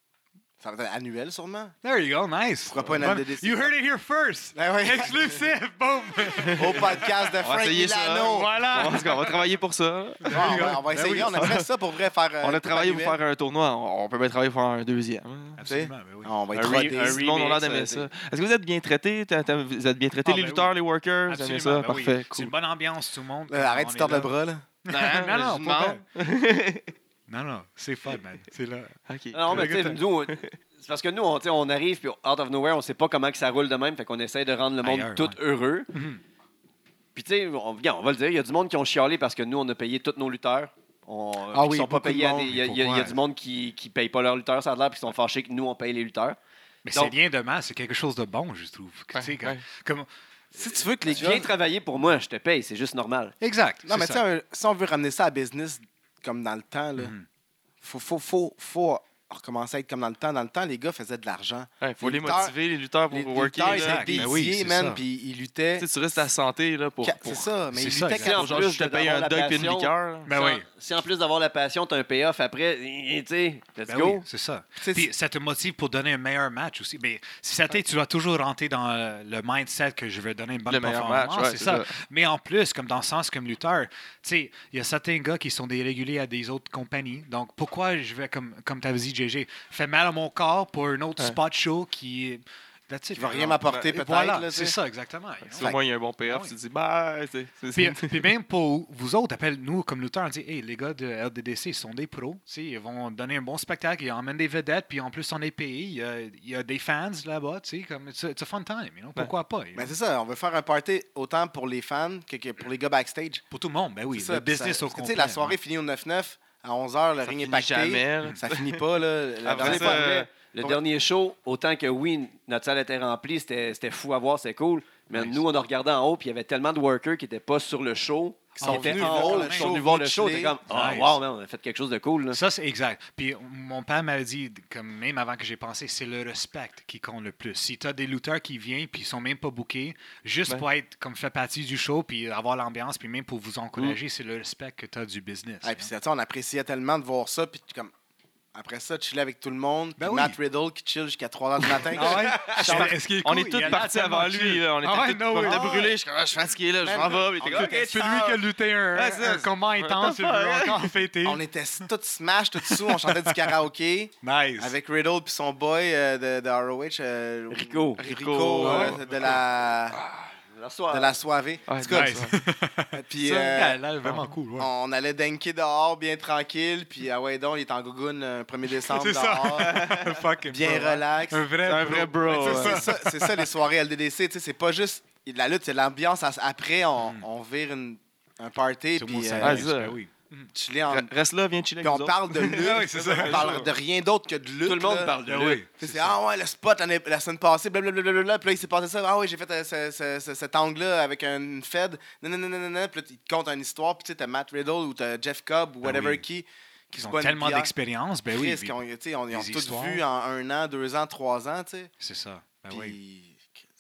ça va être annuel sûrement. There you go, nice. Pourquoi pas une Bon, L D D C? You heard it here first. Ben oui. Exclusive, boom. Au podcast de va Frank essayer ça. Milano. Voilà. On va- on va travailler pour ça. Ouais, on va, on va Ben essayer. oui. On aimerait ça pour vrai faire. euh, On a une travaillé pour coupe faire un tournoi. On on peut bien travailler pour faire un deuxième. Absolument, ben oui. annuelle. On va Un être re- rodés. un Tout le monde a l'air d'aimer remix, ça. euh, Est-ce que vous êtes bien traités? T'as- t'as- Vous êtes bien traités, Ah, les ben lutteurs, oui. les workers? Vous aimez Absolument, ça? ben oui. Parfait, C'est une cool. bonne ambiance, tout le monde. Euh, Arrête On de est tordre là. le bras, là. Non, non, je pas demande. vrai. Non, non, c'est fun, man. C'est là. OK. Non, mais tu sais, nous, on- c'est parce que nous, on, tu sais, on arrive, puis out of nowhere, on sait pas comment que ça roule de même, fait qu'on essaie de rendre le monde Ailleurs, tout ouais. heureux. Mhm. Puis tu sais, on, regarde, on va le dire, il y a du monde qui ont chialé parce que nous, on a payé tous nos lutteurs. On, Ah puis oui, ils sont pas beaucoup de payés à monde. des- Il y, a- il y a- il y a Pourquoi? du monde qui ne paye pas leurs lutteurs, ça a l'air, puis ils sont fâchés que nous, on paye les lutteurs. Mais Donc- c'est rien de mal, c'est quelque chose de bon, je trouve. Tu sais, Ouais, comme- ouais. comme- Si tu veux que les Tu gars. viens travailler pour moi, je te paye, c'est juste normal. Exact. Non, mais c'est tu sais, ça. un- si on veut ramener ça à business comme dans le temps, là, Mhm. faut, faut, faut, faut recommencer à être comme dans le temps. Dans le temps, les gars faisaient de l'argent. Il faut Les les lutteurs- motiver, les lutteurs, pour Les worker. lutteurs là. étaient exact. dédiés, Ben oui, c'est man, ça. puis ils luttaient. Tu sais, tu restes à santé là, pour. Ca- pour- C'est ça, mais c'est ils ça, luttaient exact. quand- En Genre, plus je te de- paye d'avoir un la dog et une passion- liqueur. Ben si, oui. en, si en plus d'avoir la passion, tu as un payoff après, tu sais, let's Ben go. oui, c'est ça. Tu sais, Puis ça te motive pour donner un meilleur match aussi. Mais si ça t'est, tu dois toujours rentrer dans euh, le mindset que je vais donner une bonne Le meilleur performance. match, ouais, c'est c'est ça. ça. Mais en plus, comme dans le sens comme lutteur, tu sais, il y a certains gars qui sont des réguliers à des autres compagnies. Donc pourquoi je vais, comme, comme tu avais dit, J J, faire mal à mon corps pour un autre Ouais. spot show qui. That's it. Qui va rien m'apporter, Et peut-être. Voilà, là, tu c'est sais. ça, exactement. you know. Si au moins il y a un bon payoff, Ah oui. tu te dis, bah, c'est. c'est- Puis, c'est- puis même pour vous autres, appelle-nous comme lutteurs, on dit hey, les gars de L D D C sont des pros. Tu sais, ils vont donner un bon spectacle, ils emmènent des vedettes, puis en plus on est payé. Il y a, il y a des fans là-bas. Tu sais, comme it's a, it's a fun time. You know? Pourquoi pas? you Ben, know? c'est ça, on veut faire un party autant pour les fans que, que pour les gars backstage. Pour tout le monde, ben oui. C'est ça, Le puis business ça- au parce que, tu complet. sais, la soirée ouais. finit au neuf neuf. À onze heures, le Ça ring est finit pacté. jamais, là. Ça finit pas, là. La Après dernière C'est ça, fois- pas euh, vrai. Le dernier show, autant que oui, notre salle était remplie, c'était c'était fou à voir, c'était cool. Mais Nice. nous, on a regardé en haut, puis il y avait tellement de workers qui n'étaient pas sur le show. Qui sont Ils étaient venus en voir haut, le ils show, sont venus voir le venus show. chiller. T'es comme, ah, Nice. wow, man, on a fait quelque chose de cool. Là. Ça, c'est exact. Puis mon père m'avait dit, comme même avant que j'ai pensé, c'est le respect qui compte le plus. Si tu as des lutteurs qui viennent puis ils sont même pas bookés, juste Ouais. pour être comme fait partie du show puis avoir l'ambiance puis même pour vous encourager, c'est le respect que tu as du business. Ah, puis c'est- tu sais, on appréciait tellement de voir ça. Puis comme, après ça, chiller avec tout le monde. Ben puis oui. Matt Riddle qui chill jusqu'à trois heures du matin. Ah ouais? Est-ce qu'il est On cool? est Il tous a l'air partis tellement avant lui. chill. Là. On était Ah ouais, tous no on way. était Ah ouais. brûlés. Je suis comme, ah, je suis fatigué, là, je Man, m'en vais. Puis on t'es comme, était- OK, C'est lui qui a lutté un, Ouais, c'est ça. un combat intense, il What the veut fuck? encore fêter. On était tous smash, tout sous. On chantait du karaoké. Nice. Avec Riddle puis son boy euh, de, de R O H. euh, Rico. Rico, euh, Ouais. de la, La soirée. de la soirée. Ouais, En tout cas, Nice. puis, Ça, euh, là, là, vraiment cool. ouais. on allait dunker dehors, bien tranquille. Puis, ah ouais, donc, il est en gougoune le premier décembre C'est ça. dehors. Fucking Bien bro, ouais. relax. Un vrai, C'est un vrai bro. Tu sais, ouais. C'est ça, c'est ça, les soirées L D D C. Tu sais, c'est pas juste de la lutte, c'est l'ambiance. À- Après, on, Mm. on vire une- un party. Tout le monde Puis, s'amuse, euh, Ah, c'est ça. ben oui. chiller en. Re- Reste là, viens chiller Puis avec on nous parle de lutte. Ah oui, c'est ça. On parle de rien d'autre que de lutte. Tout le monde là. parle de Ben lui. oui. Tu sais, c'est C'est ça. ah ouais, le spot l'année- la semaine passée, blablabla. Puis là, il s'est passé ça. Ah ouais, j'ai fait euh, ce- ce- ce- cet angle-là avec une Fed. Non, non, non, non, non, non. Puis là, il te compte une histoire. Puis tu sais, t'as Matt Riddle ou t'as Jeff Cobb ou Ben whatever oui. qui. qui Ils se ont boit une tellement bière. d'expérience. Ben oui. Chris, puis- qui ont, tu sais, on- ils ont des tous histoires. vu en un an, deux ans, trois ans, tu sais. C'est ça. Ben oui. Puis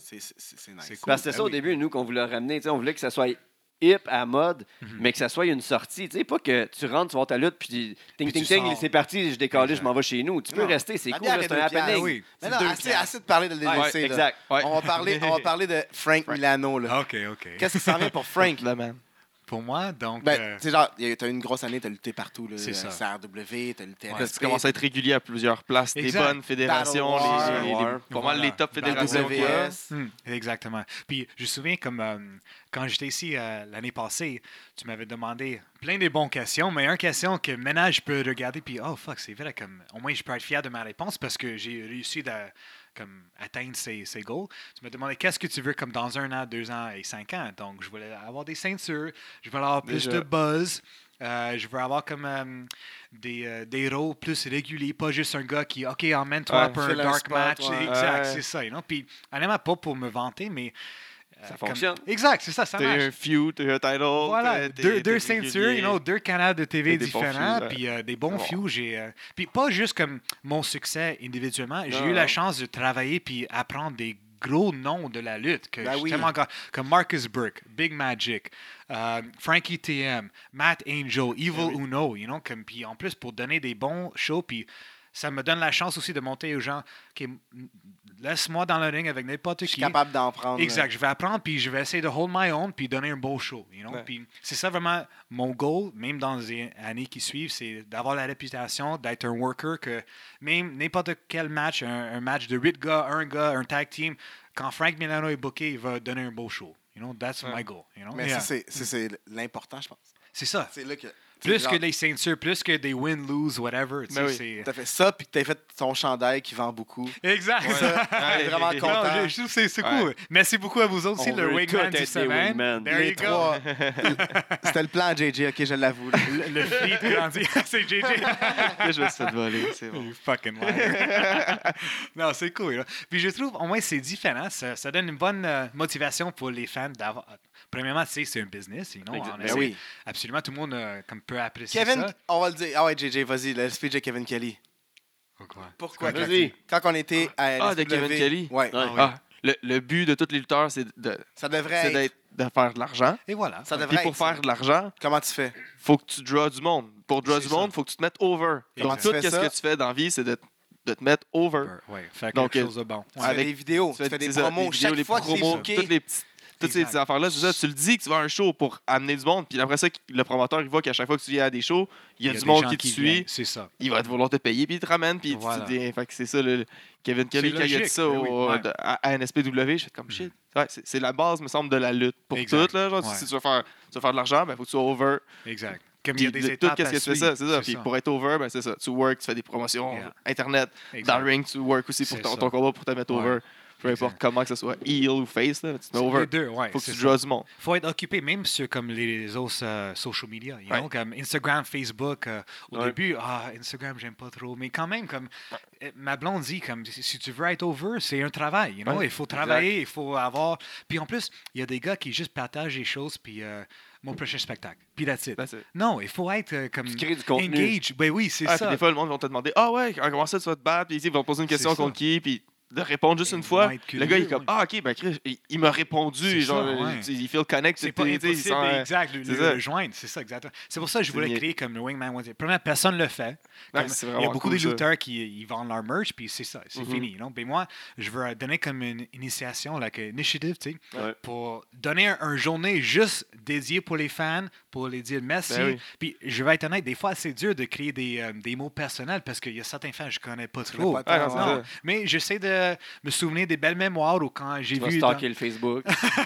C'est c'est- c'est nice. C'est cool. Parce que c'est Ben ça au oui. début, nous, qu'on voulait ramener. Tu sais, on voulait que ça soit hip à mode, Mhm. mais que ça soit une sortie. Tu sais, pas que tu rentres, tu vas voir ta lutte, puis ting, Puis ting, tu ting, sors. c'est parti, je décolle, je Exact. m'en vais chez nous. Tu peux Non. rester, c'est La cool, bière là, est c'est un deux piastres. happening. Oui. Mais C'est non, deux assez, piastres. assez de parler de l'D D C. Ouais, là. exact. Ouais. On, va parler, on va parler de Frank Milano. Là. OK, OK. Qu'est-ce qui s'en vient pour Frank? Le man. Pour moi, donc... Ben, euh, tu sais, genre, y a- t'as eu une grosse année, t'as lutté partout. Là, C'est ça. C R W, t'as lutté à Parce que tu commences à être régulier à plusieurs places, des Exact. bonnes fédérations, Battle War. les, les- les- War. pas mal Voilà. les top Battle fédérations. W qu'il y a. S. Hmm, exactement. Puis je me souviens comme euh, quand j'étais ici euh, l'année passée, tu m'avais demandé plein de bonnes questions, mais une question que maintenant je peux regarder puis oh fuck, c'est vrai comme au moins je peux être fier de ma réponse parce que j'ai réussi de comme atteindre ces, ces goals. Tu me demandais qu'est-ce que tu veux comme dans un an, deux ans et cinq ans. Donc je voulais avoir des ceintures, je voulais avoir plus Déjà. de buzz. Euh, je veux avoir comme euh, des, euh, des rôles plus réguliers, pas juste un gars qui, OK, emmène-toi Ouais, pour un file un dark spot, match. ouais. Exact, Ouais. c'est ça. You know? Puis, honnêtement, pas pour me vanter, mais. euh, Ça comme- fonctionne. Exact, c'est ça, ça T'as eu marche. un feud, t'as eu un title. Voilà, t'as- t'es- deux, t'es deux ceintures, régulier. you know, deux canaux de T V T'as des bons différents, feuds, ouais. puis euh, des bons Bon. feuds. J'ai, euh, puis pas juste comme mon succès individuellement, j'ai Non, eu la non. chance de travailler puis apprendre des gros noms de la lutte que Ben je oui. tellement encore- comme Marcus Burke, Big Magic, euh, Frankie T M, Matt Angel, Evil Ben oui. Uno, you know, comme puis en plus pour donner des bons shows puis ça me donne la chance aussi de monter aux gens OK, m- laisse-moi dans le ring avec n'importe Je suis qui. capable d'en prendre. Exact, je vais apprendre, puis je vais essayer de hold my own, puis donner un beau show. You know? Ouais. Puis c'est ça vraiment mon goal, même dans les années qui suivent, c'est d'avoir la réputation d'être un worker, que même n'importe quel match, un, un match de huit gars, un gars, un tag team, quand Frank Milano est booké, il va donner un beau show. You know, that's Ouais. my goal. You know? Mais Yeah. ça, c'est- c'est c'est l'important, je pense. C'est ça. C'est là que. Plus genre, que les ceintures, plus que des win, lose, whatever. tu sais, Ben oui. c'est- T'as fait ça, puis t'as fait ton chandail qui vend beaucoup. Exact. Ça, je suis vraiment Non, content. Non, je, je trouve que c'est c'est Ouais. cool. Merci beaucoup à vous autres aussi, On le veut Wingman tout du être des semaine. Wingman. There Les you go. trois. C'était le plan, J J, ok, je l'avoue. là. Le, le fleet grandit. C'est J J. Que je me suis fait voler, c'est bon. You fucking liar. Non, c'est cool. Là. Puis je trouve, au moins, c'est différent. Ça, ça donne une bonne euh, motivation pour les fans d'avoir. Premièrement, tu sais, c'est un business. You know, Exact. on Ben essaie- oui. Absolument, tout le monde euh, comme peut apprécier Kevin, ça. on va le dire. Ah ouais, J J, vas-y, le speech de Kevin Kelly. Pourquoi? Pourquoi? Quand, Vas-y. quand on était à Ah, de L S W, Kevin Kelly? Ouais. Ouais. Ah, le, le but de tous les lutteurs, c'est de, Ça devrait c'est être. d'être- de faire de l'argent. Et voilà. Ça Puis devrait pour être ça. faire de l'argent, Comment tu fais? faut que tu draws du monde. Pour draw C'est du ça. monde, faut que tu te mettes over. Comment Donc, tu tout fais ce ça? que tu fais dans la vie, c'est de, de te mettre over. Ouais, faire Donc, quelque euh, chose de bon. Tu Ouais. fais Avec- des vidéos, tu fais- fais des c'est ça, promos. les vidéos, Chaque les fois que c'est promos, booké, toutes les petites- toutes ces Exact. affaires-là, c'est ça. Tu le dis que tu vas à un show pour amener du monde, puis après ça, le promoteur, il voit qu'à chaque fois que tu viens à des shows, il y a, Il y a du des monde gens qui te qui suit, viennent, c'est ça. il va te vouloir te payer, puis il te ramène, puis tu- Voilà. tu dis, fait que c'est ça, le, Kevin Kelly, C'est quand il a dit logique, ça ben au- oui, ouais. de- à, à N S P W, je fais comme shit. Ouais, c'est c'est la base, me semble, de la lutte pour Exact. tout. Là, genre, Ouais. Si tu veux faire, tu veux faire de l'argent, il faut que tu sois over. Exact. Comme il y a Puis des le- tout étapes qu'est-ce à que tu fais suivre. ça, c'est ça. Puis pour être over, ben c'est ça. Tu work, tu fais des promotions Yeah. internet, Exact. dans le ring, tu work aussi pour C'est ton, ça. ton combat pour te mettre Ouais. over. Peu importe Exact. comment que ce soit, heel ou face, là, tu te mets C'est over. les deux, ouais. Faut que c'est tu ça. draws du monde. Faut être occupé, même sur comme les autres euh, social media, you know, Ouais. comme Instagram, Facebook. euh, au Ouais. début, ah, Instagram, j'aime pas trop. Mais quand même, comme euh, ma blonde dit, comme si si tu veux être over, c'est un travail. You know? Ouais, Il faut travailler, il faut avoir. Puis en plus, il y a des gars qui juste partagent les choses, puis euh, mon prochain spectacle. Puis that's it. That's it. Non, il faut être euh, comme Tu crées du contenu. engage. Ben oui, c'est Ah, puis ça. des fois, le monde va te demander Ah ouais, comment ça tu vas te battre? Puis ils vont te poser une question C'est ça. contre qui? Puis de répondre juste Ils une vont fois. être Le gars, il est curieux, comme ouais. Ah, ok, ben Chris, il, il m'a répondu. C'est Genre, ça, ouais. il, il feel connected. C'est pas tu sais, il impossible, sent, euh, exact, le, c'est le ça. rejoindre. C'est ça, exactement. C'est pour ça que je voulais C'est- créer comme le Wingman Wednesday. Premièrement, personne ne le fait. Ouais, Comme- c'est il y a vraiment beaucoup cool, de ça. lutteurs qui ils vendent leur merch, puis c'est ça, c'est Mhm. fini. Non? Mais moi, je veux donner comme une initiation, like une initiative, tu sais, Ouais. pour donner un, un journée juste dédié pour les fans, pour les dire merci. Ben oui. Puis je vais être honnête, des fois, c'est dur de créer des, euh, des mots personnels parce qu'il y a certains fans que je connais pas trop. pas Ah, non, tant, c'est ouais. ça. Mais j'essaie de me souvenir des belles mémoires ou quand j'ai Tu vas vu. dans- stalker le Facebook.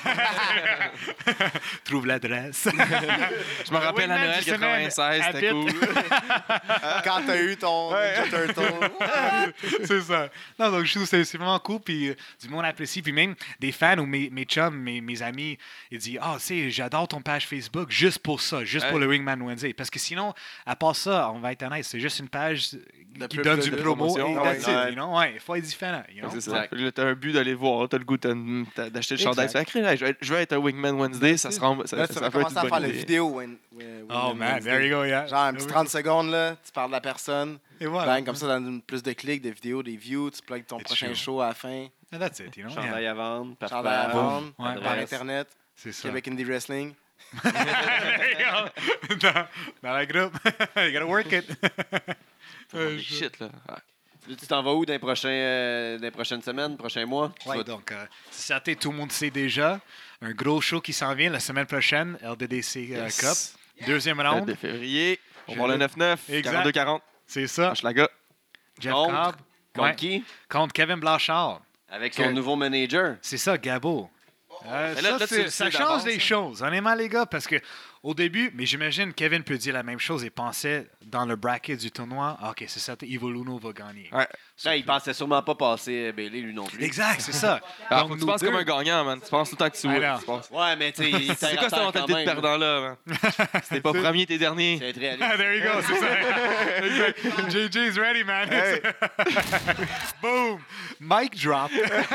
Trouve l'adresse. Je me rappelle à Wingman Noël du semaine, quatre-vingt-seize, c'était habite- cool. Quand t'as eu ton Ninja Turtle. C'est ça. Non, donc je trouve que c'est c'est vraiment cool, puis euh, du monde apprécie. Puis même des fans ou mes, mes chums, mes, mes amis, ils disent Ah, tu sais, j'adore ton page Facebook juste pour ça, juste pour Ouais. le Wingman Wednesday. Parce que sinon, à part ça, on va être honnête, c'est juste une page De qui pub, donne de- du de promo et promotion. that's Ouais. it, you know? Ouais, il faut être différent. You know? C'est ça. Exact. Fait que là, t'as un but d'aller voir, t'as le goût t'as- t'as- d'acheter le Exact. chandail. Tu fais, Ah, Chris, hey, je vais être- je vais être un Wingman Wednesday, ça se rend. Ça, Là, ça, tu ça vas peut être commencer à une faire bonne la idée. vidéo. When, when- Oh when- man, Wednesday. there you go, yeah. Genre, un petit trente secondes, là, tu parles de la personne. Et voilà. Bang, comme ça, dans une- plus de clics, de vidéos, des views, tu plugues ton It's prochain true. show à la fin. And that's it, you know? Chandail Yeah. à vendre, par Chandail à page, vendre, Ouais. par adresse. Internet, C'est ça. Québec Indie Wrestling. dans, dans la groupe. You gotta work it. Faut faire des shit, là. Ouais. Là, tu t'en vas où dans les, prochains, euh, dans les prochaines semaines, prochains mois? Tu Ouais, vas- donc, euh, certain, tout le monde sait déjà. Un gros show qui s'en vient la semaine prochaine, L D D C euh, Yes. Cup. Deuxième sept round. de février. On Je va le l'ai- neuf neuf. Exact. quarante-deux quarante. C'est ça. Hochelaga. Jeff Contre- Cobb. Contre Ouais. qui? Contre Kevin Blanchard. Avec son Que- nouveau manager. C'est ça, Gabo. Euh, Mais là- ça, là, tu c'est- le ça sais change d'avance, les hein. choses, honnêtement, les gars, parce que au début, mais j'imagine Kevin peut dire la même chose et pensait dans le bracket du tournoi, ah, OK, c'est ça, Ivo Luno va gagner. Ouais. Là, il pensait sûrement pas passer euh, Bailey, lui non plus. Exact, c'est ça. Alors, Donc, faut que tu nous penses deux- comme un gagnant, man. Tu penses tout le temps que tu I wins. know. Tu penses- Ouais, mais tu sais, il C'est quoi cette mentalité de perdant-là, man? Si t'es pas premier, t'es dernier. C'est être réaliste. Ah, there you go, c'est ça. Exact. J J's ready, man. Boom! Mic drop.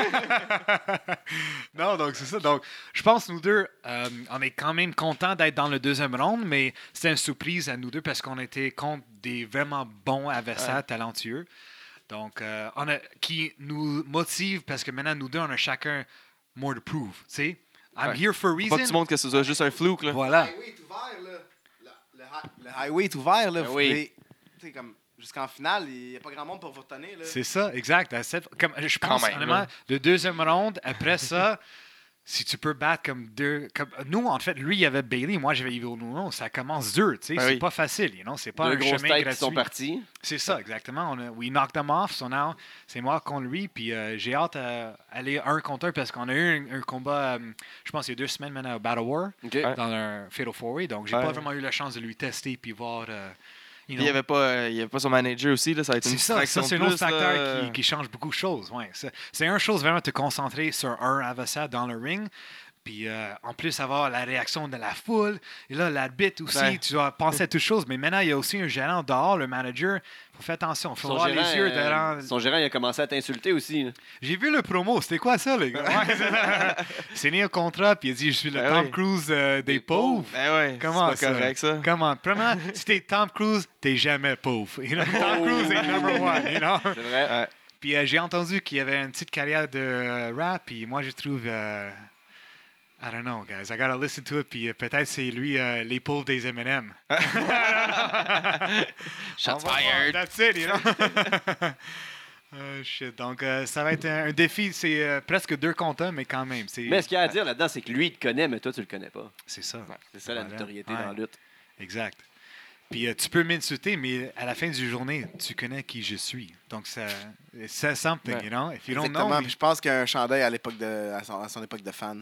non, donc c'est ça. Donc, je pense nous deux, euh, on est quand même contents d'être dans le deuxième round, mais c'était une surprise à nous deux parce qu'on était contre des vraiment bons adversaires Ouais. talentueux. Donc, euh, on a, qui nous motive parce que maintenant, nous deux, on a chacun more to prove. Tu sais, I'm Ouais. here for a Faut reason. pas que tu montres que ce soit juste un fluke, là. Voilà. Le highway est ouvert, là. Le, le hi- le highway est ouvert, là. Ben Vous oui. pouvez- tu sais, comme jusqu'en finale, il n'y a pas grand monde pour vous retenir, là. C'est ça, exact. That's it. Comme, je Quand pense, même, honnêtement, là. le deuxième round, après ça, si tu peux battre comme deux. Comme, nous, en fait, lui, il y avait Bailey, moi, j'avais Ivo Luno. Ça commence dur, tu sais. Ben c'est oui. pas facile, you know? C'est pas Deux un grosses chemin têtes qui gratuit. sont partis. C'est ça, exactement. On a, we knocked them off. So now, c'est moi contre lui. Puis euh, j'ai hâte d'aller un contre un parce qu'on a eu un, un combat, euh, je pense, il y a deux semaines maintenant au Battle War, OK. Ouais. dans un Fatal Four Way. Donc, j'ai Ouais. pas vraiment eu la chance de lui tester puis voir. euh, you Puis know. il y avait pas, euh, il y avait pas son manager aussi, là. Ça va être une C'est ça, ça distraction c'est un de autre plus, facteur là. qui, qui change beaucoup de choses. Ouais. C'est, c'est une chose vraiment de te concentrer sur un adversaire dans le ring. Puis euh, en plus, avoir la réaction de la foule. Et là, l'arbitre aussi, Ouais. tu dois penser à toutes choses. Mais maintenant, il y a aussi un gérant dehors, le manager. Il faut faire attention. Il faut Son voir gérant, les yeux euh, derrière. son gérant, il a commencé à t'insulter aussi. là. J'ai vu le promo. C'était quoi ça, les gars? Ouais, c'est signé un contrat, puis il a dit, je suis le Ben Tom oui. Cruise euh, des, Des pauvres. Ben ouais, Comment c'est pas correct, ça. Comment? Premièrement, si t'es Tom Cruise, t'es jamais pauvre. You know? Tom Cruise est number one. You know? C'est vrai. Ouais. Puis euh, j'ai entendu qu'il y avait une petite carrière de euh, rap, puis moi je trouve. euh, I don't know, guys. I gotta listen to it, puis euh, peut-être c'est lui, euh, les pauvres des M and M. Shots fired. That's it, you know? Oh, shit. Donc, euh, ça va être un, un défi. C'est euh, presque deux contre un, mais quand même. C'est, Mais ce qu'il y a à dire là-dedans, c'est que lui, il te connaît, mais toi, tu le connais pas. c'est ça. C'est ça la Voilà. notoriété Ouais. dans la lutte. Exact. Puis euh, tu peux m'insulter, mais à la fin du journée, tu connais qui je suis. Donc, ça, c'est something, Ouais. you know? If you don't know Exactement. me- Puis je pense qu'un chandail à l'époque de à son, à son époque de fan.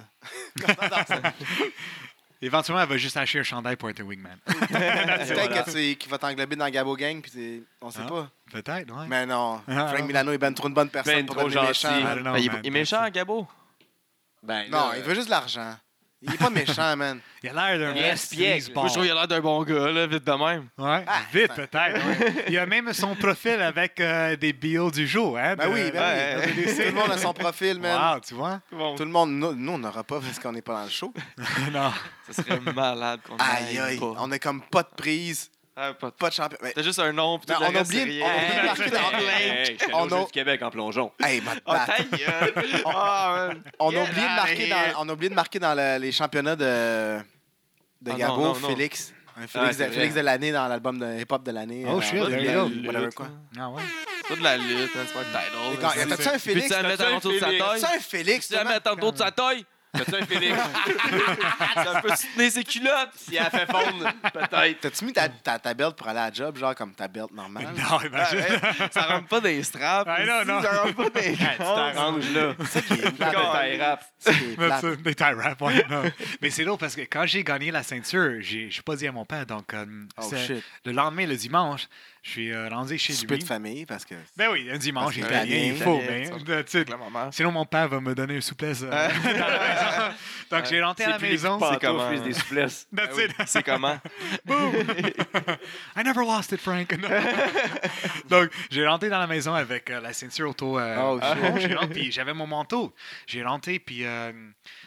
éventuellement, elle va juste acheter un chandail pour être un wingman. Peut-être voilà. que c'est qu'il va t'englober dans Gabo Gang, puis c'est- on sait Ah. pas. Peut-être, ouais. Mais non, Ah, Frank ah. Milano est ben trop une bonne personne Ben pour trop devenir gentil. méchant. I man. don't know, Ben, il, man. il est méchant, Gabo. Ben, Non, là, il veut juste de l'argent. Il est pas méchant, man. Il a l'air d'un Il vrai espiègle. sleazeball. Moi, je trouve qu'il a l'air d'un bon gars, là, vite de même. Ouais, Ah, vite ça- peut-être. ouais. Il a même son profil avec euh, des bios du jour. Hein, Ben de- oui, ben Ouais. oui. Tout le monde a son profil, man. Wow, tu vois? Tout le monde, nous, nous, on n'aura pas parce qu'on n'est pas dans le show. non. Ça serait malade qu'on Aïe, aille aïe, pas. on a comme pas de prise, Ah, pas de- pas de champion. Mais- T'as juste un nom, puis Non, tout le on a reste, c'est oublié- rien. on a oublié de marquer dans- Hey, hey, j'étais On allé au a- Jeu du Québec en plongeon. Hey, ma Ah, batte. ta gueule! Ah, man. On a Get oublié de outta marquer here. dans, on a oublié de marquer dans le- les championnats de, de Ah, non, Gabo, non, non. Félix. Un Ah, Félix, c'est de, vrai. Félix de l'année dans l'album de hip-hop de l'année. Oh, euh, shit, whatever, there you go. whatever quoi. Ah ouais. C'est pas de la lutte, hein, c'est pas un Et title. quand- là. T'as-tu un Félix? Peux-tu la mettre T'as-tu en un dessous de sa Félix? taille? T'as-tu un Félix? Tu la toi, mettre en dessous de sa taille? T'as-tu un Félix? Ça peut soutenir ses culottes. Si elle fait fondre, peut-être. T'as-tu mis ta, ta, ta belt pour aller à la job, genre comme ta belt normale? Non, imagine. Ça rentre pas des straps. Ah, non, ici, non. Ça rentre pas des Tu t'arranges là. C'est ça qui est plate. Quand elle rappe. C'est ça qui est That's plate. it. Des tie wrap, ouais, non. Mais c'est drôle parce que quand j'ai gagné la ceinture, j'ai j'ai pas dit à mon père. Donc, euh, Oh, c'est- shit. le lendemain, le dimanche, je suis euh, rendu chez Super lui. de famille, parce que... Ben oui, un dimanche, Parce qu'il est italien, italien, il faut, italien, mais ça. that's it. La maman. Sinon, mon père va me donner une souplesse euh, dans la maison. Donc, j'ai rentré à la maison. C'est c'est comment, comment? hein? des souplesses. That's Ah oui, it. C'est comment? Boom! I never lost it, Frank. Donc, j'ai rentré dans la maison avec euh, la ceinture auto. Euh, Oh, shit. j'ai rentré, puis j'avais mon manteau. J'ai rentré, puis euh,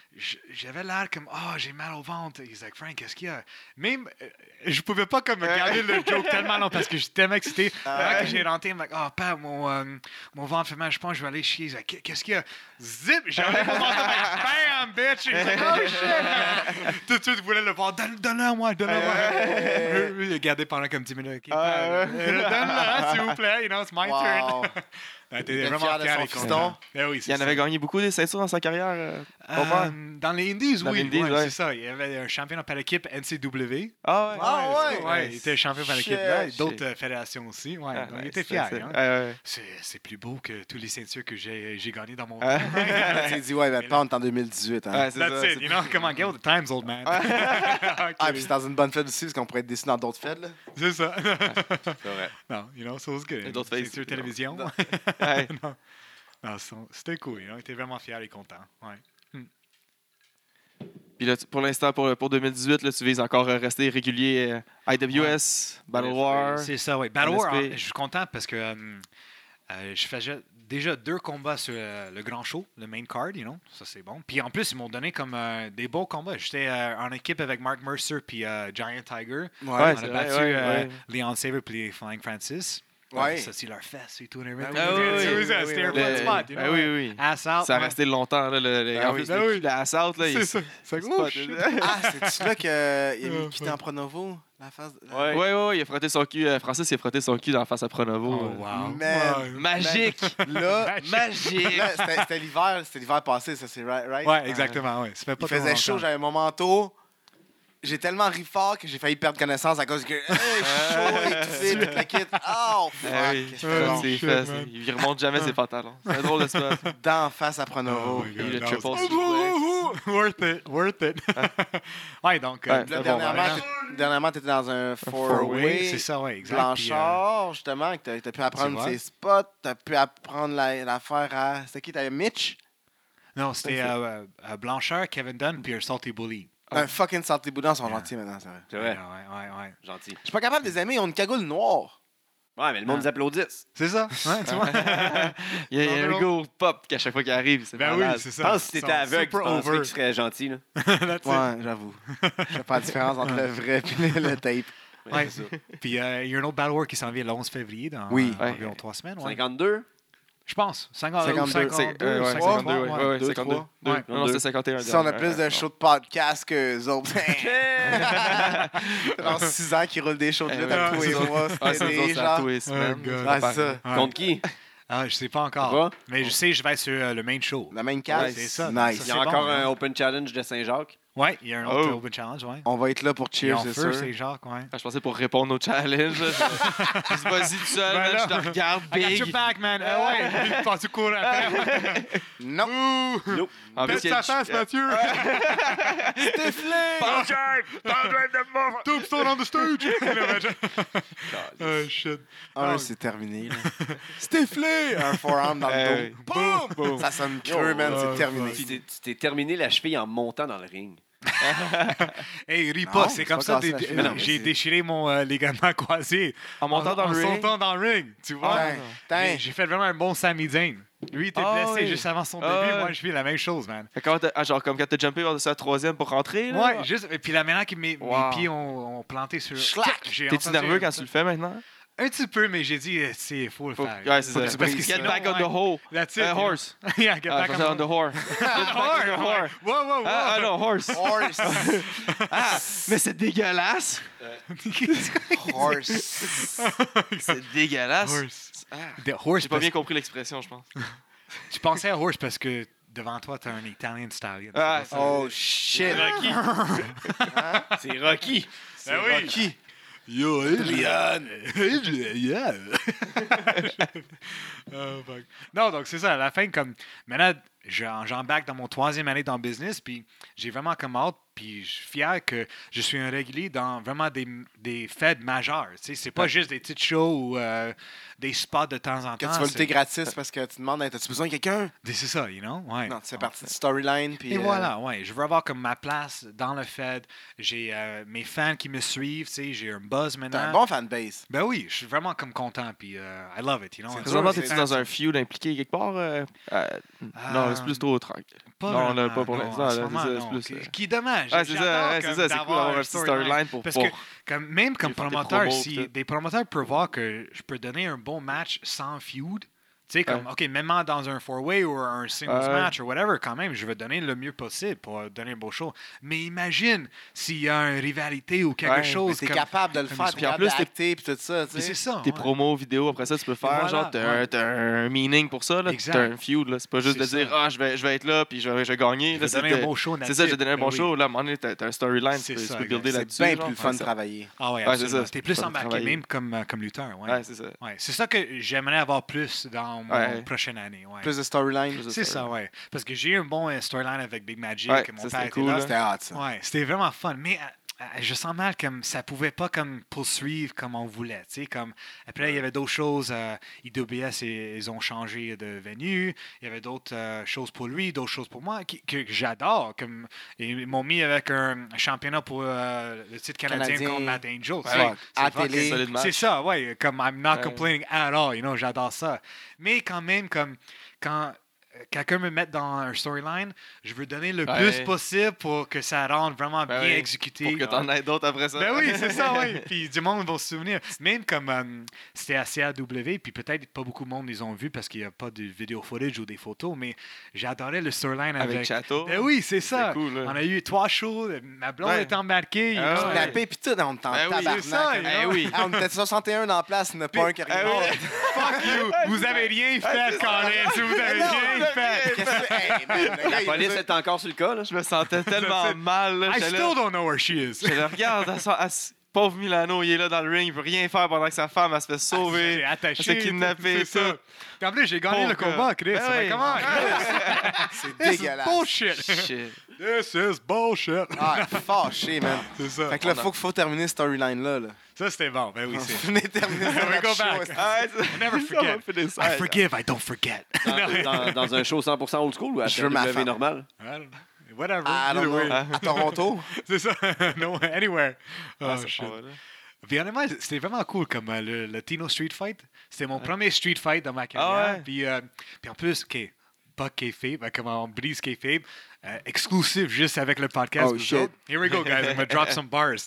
j- j'avais l'air comme, oh, j'ai mal au ventre. He's like, Frank, qu'est-ce qu'il y a? Même, euh, je pouvais pas comme regarder le joke tellement long parce que j'étais tellement excité. Quand j'ai rentré, il me dit, oh, père, mon, euh, mon ventre fait mal, je pense que je vais aller chier. He's like, qu'est-ce qu'il y a? Zip! J'ai enlevé mon ventre, bam, bitch! He's like, oh, shit! Tout de suite, il voulait le voir, donne- donne-le à moi, donne-le à moi. Il a gardé pendant comme dix minutes. OK, Ah, père, euh, donne-le, s'il vous plaît, you know, it's my Wow. turn. Ouais, t'es Il était vraiment fier de fier son et fiston. content. Ben oui, c'est Il en ça. avait gagné beaucoup des ceintures dans sa carrière. euh, ton père? Euh, dans les Indies, Dans oui, les Indies, ouais, ouais. c'est ça. Il y avait un champion par l'équipe N C W. Ah ouais. Ah ouais? Ouais, il était champion par l'équipe là, et Shit. d'autres euh, fédérations aussi. Ouais, Ah, donc ouais, il était c'est- fier. c'est- hein. ouais, ouais. C'est, c'est plus beau que tous les ceintures que j'ai, j'ai gagnées dans mon Ah. temps. Tu t'es dit, ouais, ben, pas en deux mille dix-huit. Hein. Ouais, c'est That's ça, it, c'est- you know, come on, get with the times, old man. Ah, puis c'est dans une bonne fête aussi, parce qu'on pourrait être déçu dans d'autres fêtes. Là. C'est ça. C'est vrai. non, you know, so it was good. Et d'autres C'est faces, sur télévision. Ouais. non, non, so- c'était cool, you know, il était vraiment fier et content. Ouais. Puis là, tu- pour l'instant, pour, pour deux mille dix-huit, là, tu vises encore à rester régulier euh, I W S, Battle Ouais, War. C'est ça, oui. Battle War, N S P. hein, je suis content parce que euh, euh, je faisais déjà deux combats sur euh, le grand show, le main card, you know. Ça, c'est bon. Puis en plus, ils m'ont donné comme euh, des beaux combats. J'étais euh, en équipe avec Mark Mercer puis euh, Giant Tiger. Ouais, On a c'est battu vrai, ouais, euh, ouais. Leon Saver puis les Flying Francis. Ouais. Ça, c'est leur fesse et tout. Ah everything. oui, Ah oui, C'est- oui, c'est- oui, C'était un oui, fun Le- spot, you ben know. oui, oui. Ass out. Ça a ouais. resté longtemps. Là, le, le, Ben en oui. plus, Ben le oui. cul de la Assault, là, il C'est ça. C'est spot, oh, là. shit. Ah, c'est-tu là qu'il a Euh, quitté en Pronovo? La face de... Ouais. Ouais, ouais, ouais, il a frotté son cul. euh, Francis, il a frotté son cul dans la face à Pronovo. Oh, euh. wow. Man. Ouais. Magique! Là, Magique! là, c'était c'était l'hiver, c'était l'hiver passé, ça c'est right? right? Ouais, exactement. Ouais. Ça fait pas Il trop faisait chaud, longtemps. j'avais mon manteau. J'ai tellement ri fort que j'ai failli perdre connaissance à cause que hey, chaud et tout, toute la kit. Oh, fuck. Ah oui, qu'est-ce que il je fais frotte donc? ses shit, fesses, man. Il remonte jamais ses pantalons. C'est drôle de spot. D'en face à Oh Pronovo. my Et God, le that triple was- suplex. Worth it, worth it. ouais, donc, euh, Ouais, Là, c'est bon, dernièrement, ouais. t'es- dernièrement, tu étais dans un four-way, four-way. c'est ça, ouais, exact. Blanchard, justement, que t'as as pu apprendre C'est vrai. ses spots, t'as pu apprendre la- l'affaire à. C'était qui? T'avais Mitch? Puis, euh, non, c'était euh, euh, Blanchard, Kevin Dunn, puis un Salty Bully. Un fucking salty boudin, ils sont Yeah. gentils maintenant, c'est vrai. C'est Ouais, vrai. ouais, ouais, ouais. Gentil. Je suis pas capable de les aimer, ils ont une cagoule noire. Ouais, mais le monde Ah. nous applaudisse. C'est ça, ouais, tu vois. Il y a, il y a un go pop qu'à chaque fois qu'il arrive. C'est Ben malade. oui, c'est Je ça. pense que si t'étais Ils sont aveugle, tu super penserais over. qu'il serait gentil. Là. That's it. Ouais, j'avoue. Je fais pas la différence entre le vrai et le, le tape. Ouais. Puis euh, il y a un autre Battle War qui s'en vient le onze février, dans Oui. euh, Ouais. environ trois semaines. Ouais. cinquante-deux? Je pense. cinquante, cinquante-deux, cinquante-deux, C'est- euh, ouais, cinquante-trois, cinquante-deux, ouais, ouais. ouais, Deux, cinquante-deux. trois. Deux. Ouais. Non, non, c'était cinquante et un. Si on a dernier. plus de Ouais, shows de podcast qu'eux autres. Dans six ans qu'ils roulent des shows de Eh lutte ouais, à tous c'est les ça. mois. Ah, C'était c'est ça, des c'est à tous gens. les semaines. Oh, God. Ouais, c'est ça. Ouais. Contre qui? Ah, je sais pas encore. Pas? Mais je sais, je vais être sur euh, le main show. La main carte, Ouais, c'est ça. Nice. Il y C'est a bon, encore hein. un Open Challenge de Saint-Jacques. Ouais, il y a un autre Oh. Open Challenge, ouais. On va être là pour Il est cheer, en c'est feu, sûr. c'est Jacques, ouais. Ah, je pensais pour répondre au challenge. là. Je dis, vas-y tout seul, Ben man, là. je te regarde I got your big. back, man. Ah ouais, il passe du cours après. Non. Ouh! En plus, Pète il y a sa le- face, Mathieu! Tombstone on the stage! Oh, shit. Un, c'est terminé. là. Stiflé! Un forearm dans Eh le dos. Boum! Ça sonne creux, man. Oh, C'est terminé. Tu t'es- tu t'es terminé la cheville en montant dans le ring. Hey, ris Non, pas, c'est c'est comme pas ça. cassé des- la cheville, euh, non, mais J'ai c'est- déchiré mon euh, ligament croisé. En montant dans en le ring. sautant dans le ring, tu vois. Tain, tain. J'ai- J'ai fait vraiment un bon Sami Zayn. Lui, il était Ah, blessé oui. juste avant son Ah, début. ouais. Moi, je fais la même chose, man. Fait que quand t'as- ah, genre comme quand t'as jumpé vers la troisième pour rentrer. Là, Ouais, juste. Et puis là, maintenant que mes, mes Wow. pieds ont, ont planté sur. Schlack! J'ai T'es-tu entendu nerveux un- quand tu le fais maintenant? Un petit peu, mais j'ai dit, euh, c'est faut le Faut- faire. Ouais, c'est Faut que ça. tu Parce brises que get ça. back on the Ouais. hole. That's it. Uh, you know. horse. Yeah, get Ah, back je on pensais on the the whore. horse. Whore. Wow, wow, wow. Ah, ah non, horse. Horse. Ah, mais c'est dégueulasse. Horse. C'est dégueulasse. Horse. Ah, The horse. J'ai pas parce- bien compris l'expression, je pense. Tu pensais à horse parce que devant toi, t'as un Italian stallion. Ah, C'est pour ça. Oh, shit. Rocky. C'est Rocky. Ben oui. Rocky. Yo, Adrian! Adrian! Oh, fuck. Non, donc c'est ça. À la fin, comme maintenant, j'en- j'embarque dans mon troisième année dans le business, puis j'ai vraiment comme hâte. puis je suis fier que je suis un régulier dans vraiment des, des fêtes majeures. Tu sais, c'est pas Ouais. juste des petites shows ou euh, des spots de temps en Que temps. tu vas c'est- lutter gratis parce que tu demandes, Hey, t'as-tu besoin de quelqu'un? C'est ça, you know? Ouais. Non, tu fais partie du storyline. Puis, Et euh, voilà, ouais. Je veux avoir comme ma place dans le Fed. J'ai euh, mes fans qui me suivent, tu sais, j'ai un buzz T'as maintenant. un bon fanbase. Ben oui, je suis vraiment comme content, puis euh, I love it, you know? C'est Présentement, sûr, t'es-tu c'est- dans un feud impliqué quelque part? euh, euh, Non, c'est plus trop tranquille. Pas non, vraiment, là, pas pour non, l'instant, en là, ce c'est moment, ça, non. c'est plus, Qui- euh, Qui est dommage. Ouais, c'est ça, J'adore ouais, c'est comme ça, c'est cool d'avoir d'avoir un un petit storyline pour Parce pas. que comme, même comme faire tes promoteur, promos, si tout. des promoteurs peuvent voir que je peux donner un bon match sans feud, tu sais, comme, OK, même dans un four-way ou un singles Ouais. match ou whatever, quand même, je vais donner le mieux possible pour donner un beau show. Mais imagine s'il y a une rivalité ou quelque Ouais, Mais chose. t'es comme- capable de le comme faire, ils t'es sont- Puis en capable plus, t'es- d'acter, puis tout ça. tu Mais sais. c'est ça. Tes ouais. promos vidéo, après ça, tu peux faire, voilà, genre, t'as un, ouais. t'as un meaning pour ça, là. Exact. T'as un feud, là. C'est pas juste C'est de dire, ça. ah, je vais, je vais être là, puis je vais, je vais gagner. Je Là, vais donner un de- bon show. C'est ça, j'ai donné un Ben bon oui. show. Là, à un moment donné, t'as t'as un storyline, C'est tu peux, ça, tu peux builder C'est là-dessus. bien genre. plus le fun Ouais, de ça- travailler. Ah ouais, Ouais, c'est absolument. ça, T'es c'est plus fun de embarqué travailler. même comme, euh, comme lutteur. Ouais. Ouais, c'est ça. Ouais, c'est ça que j'aimerais avoir plus dans mon Ouais. prochaine année. Ouais. Plus de storyline. Plus de C'est ça, ouais. Parce que j'ai eu un bon euh, storyline avec Big Magic. Ouais, que mon ça, père c'était était cool, là. là. C'était hot, ça. Ouais, c'était vraiment fun. Mais euh, euh, je sens mal comme ça pouvait pas comme poursuivre comme on voulait. Tu sais, comme après il y avait d'autres choses. Euh, I W S ils, ils ont changé de venue. Il y avait d'autres euh, choses pour lui, d'autres choses pour moi qui- que, que j'adore. Comme ils m'ont mis avec un championnat pour euh, le titre canadien, Canadien. contre Matt Angel. tu sais. Ouais, C'est à fucking- télé. Solide match. C'est ça, ouais. Comme I'm not Ouais. complaining at all, you know, j'adore ça. Mais quand même, comme quand euh, quelqu'un me met dans un storyline, je veux donner le Ouais. plus possible pour que ça rende vraiment Ben bien oui. exécuté. Pour que t'en aies d'autres après ça. Ben oui, c'est ça, oui. Puis du monde va se souvenir. Même comme euh, c'était à C A W, puis peut-être pas beaucoup de monde les ont vus parce qu'il n'y a pas de vidéo footage ou des photos, mais j'adorais le storyline avec. Avec Chateau. Ben oui, c'est ça. C'était cool, là. On a eu trois shows. Ma blonde Ouais. était embarquée. you Ah know, ouais. Kidnappé, puis tout, on était en Ben oui, tabarnak. c'est ça, hein. ben oui. Ah, on était soixante et un dans la place, il n'y en a pas un qui Ah arrive. oui. Fuck you! Vous avez rien fait, Colin! Si vous avez Non, rien fait! Qu'est-ce que- Hey, man, le gars, La il police nous a- est encore sur le cas, là. Je me sentais tellement mal. Là. I J'étais still là, don't know where she is. je le regarde, elle sort- elle s- pauvre Milano, il est là dans le ring, il veut rien faire pendant que sa femme, elle se fait J'ai sauver. attaché. Elle s'est kidnappée, c'est ça. tout. Puis en plus, j'ai gagné Pauvre le combat, gars. Chris. Ben Ça fait oui. comment? C'est This is dégueulasse. bullshit. Shit. This is bullshit. Ah, fâché, man. C'est ça. Fait que là, faut qu'il faut terminer ce storyline-là. Là. Ça, c'était bon. Ben oui, On c'est. venait terminer We notre go show, back. c'est- Ah, c'est- Never On forget. va finir ça. I forgive, I don't forget. Dans, dans- dans un show cent pour cent old school ou à Je veux ma W femme. normal? Well, whatever. Ah, Either non, way. non. À Toronto. C'est ça. No, anywhere. Ah, Oh, ça shit. s'en va, là. Puis honnêtement, c'était vraiment cool comme euh, le Latino Street Fight. C'était mon premier Street Fight dans ma carrière. Ah ouais? Puis, euh, puis en plus, OK, pas kayfabe, euh, comment on brise kayfabe, euh, exclusif juste avec le podcast. Oh, vous shit. autres. Here we go, guys. I'm gonna drop some bars.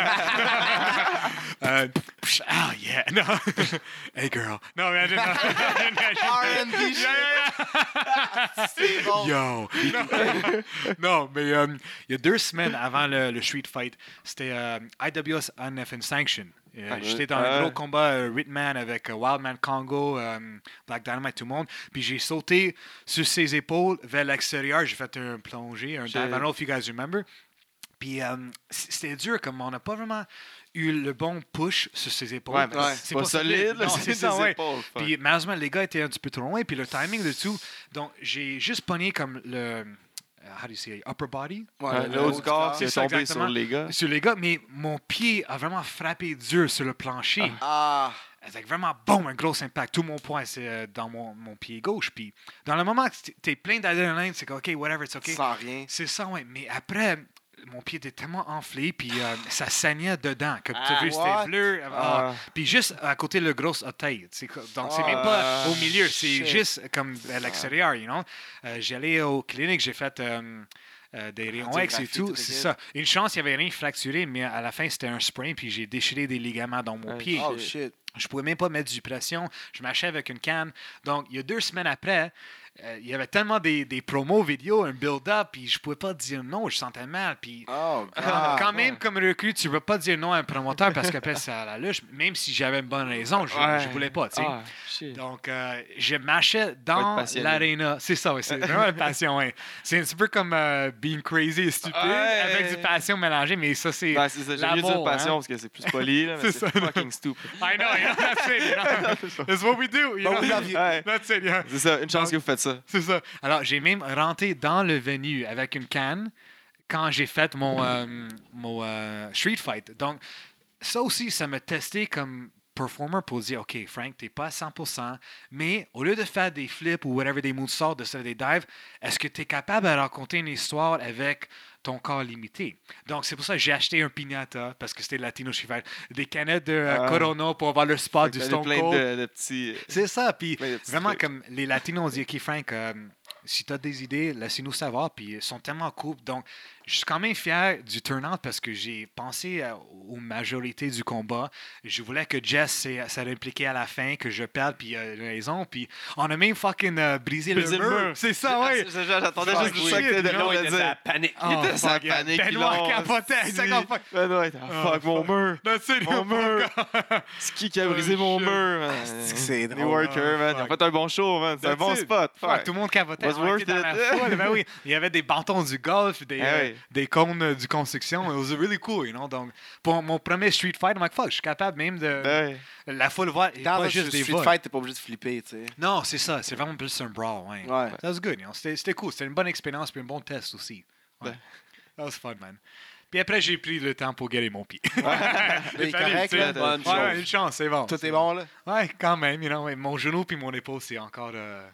euh, psh, oh, yeah. No. Hey, girl. No, I didn't. R and B shit. C'est bon. Yo! non, mais euh, il y a deux semaines avant le, le Street Fight, c'était euh, I W S Unfin Sanction. Euh, Ah, J'étais dans ouais. un gros combat euh, Ritman avec euh, Wildman Congo, euh, Black Dynamite, tout le monde. Puis j'ai sauté sur ses épaules vers l'extérieur. J'ai fait un plongé, un J'ai- dive. I don't know if you guys remember. Puis euh, c- c'était dur, comme on n'a pas vraiment eu le bon push sur ses épaules. Ouais, mais Ouais. c'est pas solide, là, Non, c'est c'est ça, ses ouais. épaules. fuck. Puis malheureusement, les gars étaient un petit peu trop loin, puis le timing de tout. Donc, j'ai juste pogné comme le. euh, How do you say? Upper body? Ouais, Ouais, le le haut du corps, C'est c'est ça, tombé exactement. sur les gars. Sur les gars, mais mon pied a vraiment frappé dur sur le plancher. Ah, Avec vraiment, boum, un gros impact. Tout mon poids, c'est euh, dans mon, mon pied gauche. Puis dans le moment que t'es- t'es plein d'adrénaline, c'est que, OK, whatever, it's OK. sans rien. C'est ça, ouais. Mais après, mon pied était tellement enflé, puis euh, ça saignait dedans. Comme tu as Ah, vu, what? c'était bleu. Ah. Ah. Puis juste à côté, le gros orteil. C'est co- Donc, c'est Ah, même pas au milieu, c'est shit. juste comme à l'extérieur, you know. Euh, J'allais aux cliniques, j'ai fait euh, euh, des rayons X et Radiographie, tout. tout C'est le ça. Une chance, il n'y avait rien fracturé, mais à la fin, c'était un sprain, puis j'ai déchiré des ligaments dans mon Ouais. pied. Oh shit. Je pouvais même pas mettre du pression. Je marchais avec une canne. Donc, il y a deux semaines après, euh, il y avait tellement des, des promos vidéo, un build-up, puis je pouvais pas dire non, je sentais mal. Puis Oh, quand, God. quand même, comme recrue, tu ne veux pas dire non à un promoteur parce qu'après, c'est à la luche. Même si j'avais une bonne raison, je ne voulais pas, tu sais. Ah, shit. Donc, euh, je marchais Faut être dans passionné. l'aréna. C'est ça, oui. C'est vraiment une passion, oui. C'est un petit peu comme euh, being crazy et stupide Ouais. avec du passion mélangé, mais ça, c'est Ben, c'est ça, j'aime mieux dire l'amour, passion hein. parce que c'est plus poli, là, mais C'est c'est ça. fucking stupid. I know, you know, that's it. You know? That's what we do. You But know? we love you. Ouais. That's it, yeah. C'est ça, une chance que vous faites ça. C'est ça. Alors, j'ai même rentré dans le venue avec une canne quand j'ai fait mon, euh, mon euh, Street Fight. Donc, ça aussi, ça m'a testé comme performer pour dire, OK, Frank, t'es pas à cent pour cent, mais au lieu de faire des flips ou whatever, des moonsaults, de faire des dives, est-ce que tu es capable de raconter une histoire avec ton corps limité? Donc, c'est pour ça que j'ai acheté un piñata, parce que c'était Latino Street Fight, des canettes de euh, Ah. Corona pour avoir le spot du T'as Stone plein Cold. de, de petits. C'est ça, puis plein de petits vraiment, trucs. comme les Latinos ont dit, OK, Frank, euh, si tu as des idées, laissez-nous savoir, puis ils sont tellement cool. Donc, je suis quand même fier du turn-out parce que j'ai pensé euh, aux majorités du combat. Je voulais que Jess s'est- s'est impliqué à la fin, que je perde, puis il a raison, puis on a même fucking euh, brisé, Brisé le le mur. mur. C'est ça, oui. Ah, J'attendais Fuck juste oui. ça que t'étais Benoît drôle de était à la dire. panique. Oh, Il était sa fuck, yeah. panique. Benoît puis là, on capotait, se c'est dit- comme fuck. Benoît était, Oh, fuck, mon fuck. mur. That's it, Mon mur. fuck. C'est qui qui a Oh, brisé mon shit. mur, man? C'est que c'est Les drôle. workers, man. Ils ont fuck. fait un bon show, man. C'est un That's bon it. spot. Fuck, Fuck. tout le monde capotait. Was On était worth dans la it. foule, ben oui. Il y avait des bâtons du golf, des, Ah euh, oui. des cônes euh, du construction. It was really cool, you know. Donc, pour mon premier Street Fight, I'm like, fuck, je suis capable même de... Ben, La foule voit, et Dans pas un juste des Street votes. Fight, t'es pas obligé de flipper, tu sais. Non, c'est ça. C'est vraiment plus un brawl, ouais. Ouais. That was good, you know. C'était c'était cool. C'était une bonne expérience puis un bon test aussi. Ouais. Ouais. That was fun, man. Puis après, j'ai pris le temps pour guérir mon pied. Mais correct, tu sais. là. Bonne Ouais, chose. ouais, une chance, c'est bon. Tout est bon, là. Ouais, quand même, you know. Ouais, mon genou puis mon épaule, c'est encore euh,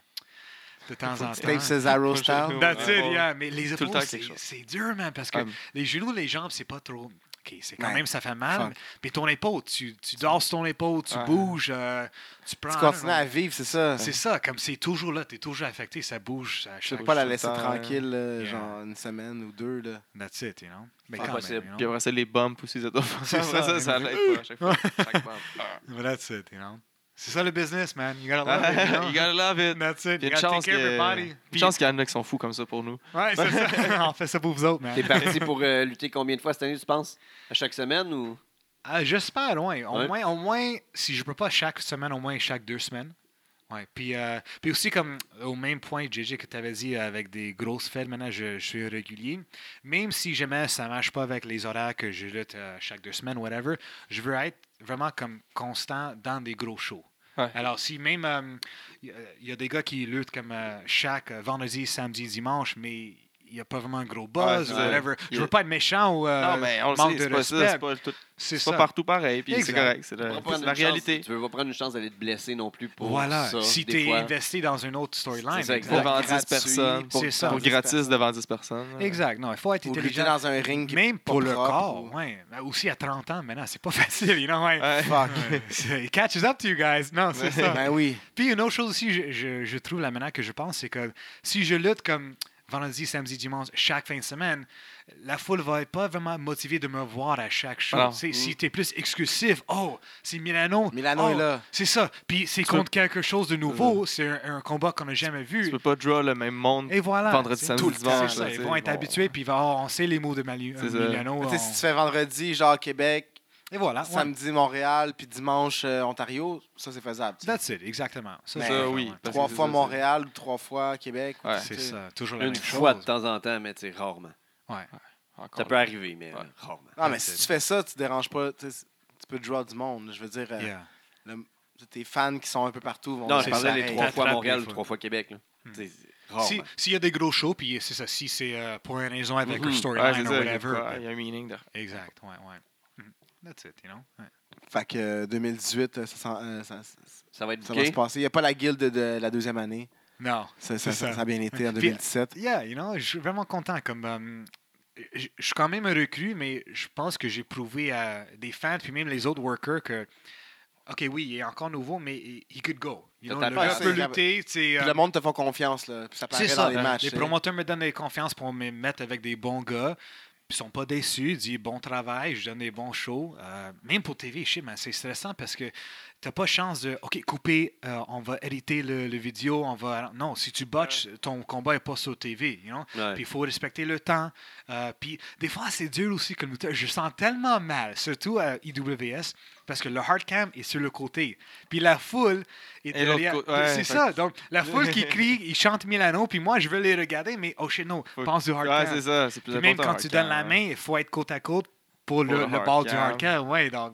de temps en temps. Steve Cesaro style. That's it, Ouais. yeah. Mais les Tout le épaules, temps c'est quelque chose. c'est dur, man, parce que Um, les genoux, les jambes, c'est pas trop... OK, c'est quand Ouais. même, ça fait mal. Fuck. Puis ton épaule, tu, tu dors sur ton épaule, tu Ouais. bouges, euh, tu prends... Tu continues à vivre, c'est ça. C'est ça, comme c'est toujours là, t'es toujours affecté, ça bouge, ça Tu peux change. pas la tout le laisser temps, tranquille, là, Yeah. genre une semaine ou deux, là. That's it, you know. Mais Ah, quand possible. même, you Puis know. après ça, les bumps aussi, ça doit C'est Après ça. ça, ça l'aide pas à chaque fois. Chaque bump. Ah. But that's it, you know. C'est ça le business, man. You gotta love it, you know. You gotta love it. That's it. Puis You une gotta chance take care of que- everybody. une Puis- chance qu'il y en a qui sont fous comme ça pour nous. Ouais, c'est ça. On fait ça pour vous autres, man. T'es parti pour euh, lutter combien de fois cette année, tu penses? À chaque semaine ou. Ah, j'espère, ouais. Au, Ouais. moins, au moins, si je peux pas chaque semaine, au moins chaque deux semaines. Ouais. Puis, euh, puis aussi, comme au même point, J J, que tu avais dit, avec des grosses fêtes, maintenant, je, je suis régulier. Même si jamais ça ne marche pas avec les horaires que je lutte euh, chaque deux semaines, whatever, je veux être vraiment comme constant dans des gros shows. Ouais. Alors, si même il y, y a des gars qui luttent comme euh, chaque euh, vendredi, samedi, dimanche, mais il n'y a pas vraiment un gros buzz Ouais, ou c'est ça. whatever, Il y je a- veux pas être méchant ou euh, Non, mais on le manque sait, de c'est pas ça. respect. C'est pas, tout- C'est c'est pas ça. partout pareil, puis c'est Exact. correct. C'est Tu veux la, pas prendre c'est la une chance- réalité. Tu veux pas prendre une chance d'aller te blesser non plus pour Voilà, ça. si des tu es fois. investi dans une autre storyline. C'est ça, exact. Devant Gratuit, dix personnes. Pour, c'est ça. pour dix gratis personnes. devant dix personnes. Exact. Non, il faut être Ou lutter intelligent. dans un ring qui est Même pas pour le propre corps. ou- Ouais. Mais aussi à trente ans, maintenant, c'est pas facile. You know, ouais. Ouais. Fuck. Ouais. C'est- It catches up to you guys. Non, c'est ça. Ben oui. Puis une autre chose aussi, je, je, je trouve la manière que je pense, c'est que si je lutte comme vendredi, samedi, dimanche, chaque fin de semaine, la foule va être pas vraiment motivée de me voir à chaque show. Non. Tu sais, Si tu es plus exclusif, oh, c'est Milano. Milano oh, est là. C'est ça. Puis c'est Tu contre quelque chose de nouveau. C'est un, un combat qu'on n'a jamais Tu vu. peux pas draw le même monde Et voilà. vendredi, C'est samedi, tout le temps, dimanche. c'est ça. là, Ils tu vont sais. être Bon. habitués, puis ils vont, oh, on sait les mots de Mali- C'est ça. Milano. Tu sais, on- si tu fais vendredi, genre Québec, Et voilà. ouais. samedi Montréal, puis dimanche euh, Ontario, ça c'est faisable. tu sais. That's it, exactement. Ça, Mais- c'est- Ça, oui. ouais. Parce Trois que fois c'est ça, Montréal ou trois fois Québec. Ouais. C'est tu sais. ça. Toujours la Une même fois de chose. temps en temps, mais tu sais, rarement. Ouais. Encore Ça peut arriver, mais Ouais. euh, rarement. Non, mais That's si it. tu fais ça, tu te déranges pas. Tu sais, tu peux draw du monde. Je veux dire, euh, Yeah. le- tes fans qui sont un peu partout vont Non, je c'est parlais ça. des Hey, trois fois t'attrapes Montréal des ou fois. trois fois Québec. là. Hmm. Tu sais, rarement. Si- S'il y a des gros shows, puis c'est ça, si c'est euh, pour une raison avec Mhm. un Ouais, storyline c'est ou ça. Il y a whatever. quoi, il y a un meaning. De... Exact, ouais, ouais. Mhm. That's it, you know. Ouais. Fait que euh, deux mille dix-huit, euh, ça, s'en- euh, ça, ça- Ça va être ça va se bouqué. passer. Il n'y a pas la guilde de la deuxième année. Non. Ça, ça, C'est ça- ça. ça a bien été en Puis- deux mille dix-sept. Yeah, you know, je suis vraiment content. Comme, euh, je je suis quand même un recrue, mais je pense que j'ai prouvé à des fans, puis même les autres workers, que, OK, oui, il est encore nouveau, mais he he could go. You know, T'as le pas gars assez- peut lutter. c'est, Puis euh, le monde te fait confiance. Là. Puis ça C'est paraît ça. dans les matchs. Les tu sais. promoteurs me donnent des confiances pour me mettre avec des bons gars. Puis ils sont pas déçus. Ils disent bon travail, je donne des bons shows. Euh, même pour T V, je sais, mais c'est stressant parce que tu n'as pas chance de OK, couper, euh, on va hériter le, le vidéo, on va. Non, si tu botches, ton combat n'est pas sur T V. You know? Ouais. Puis il faut respecter le temps. Euh, puis des fois, c'est dur aussi comme lutteur. Je sens tellement mal, surtout à I W S, parce que le hard cam est sur le côté. Puis la foule est Et l'autre derrière. côté, ouais, c'est fait ça. Donc la foule qui crie, ils chantent Milano, puis moi, je veux les regarder, mais oh shit, no, Faut- pense du hard Ouais, cam. c'est ça. C'est plus Puis même important, quand tu hard donnes cam, la ouais. main, il faut être côte à côte pour le, Pour le le hard ball du cam. hard cam. Ouais, donc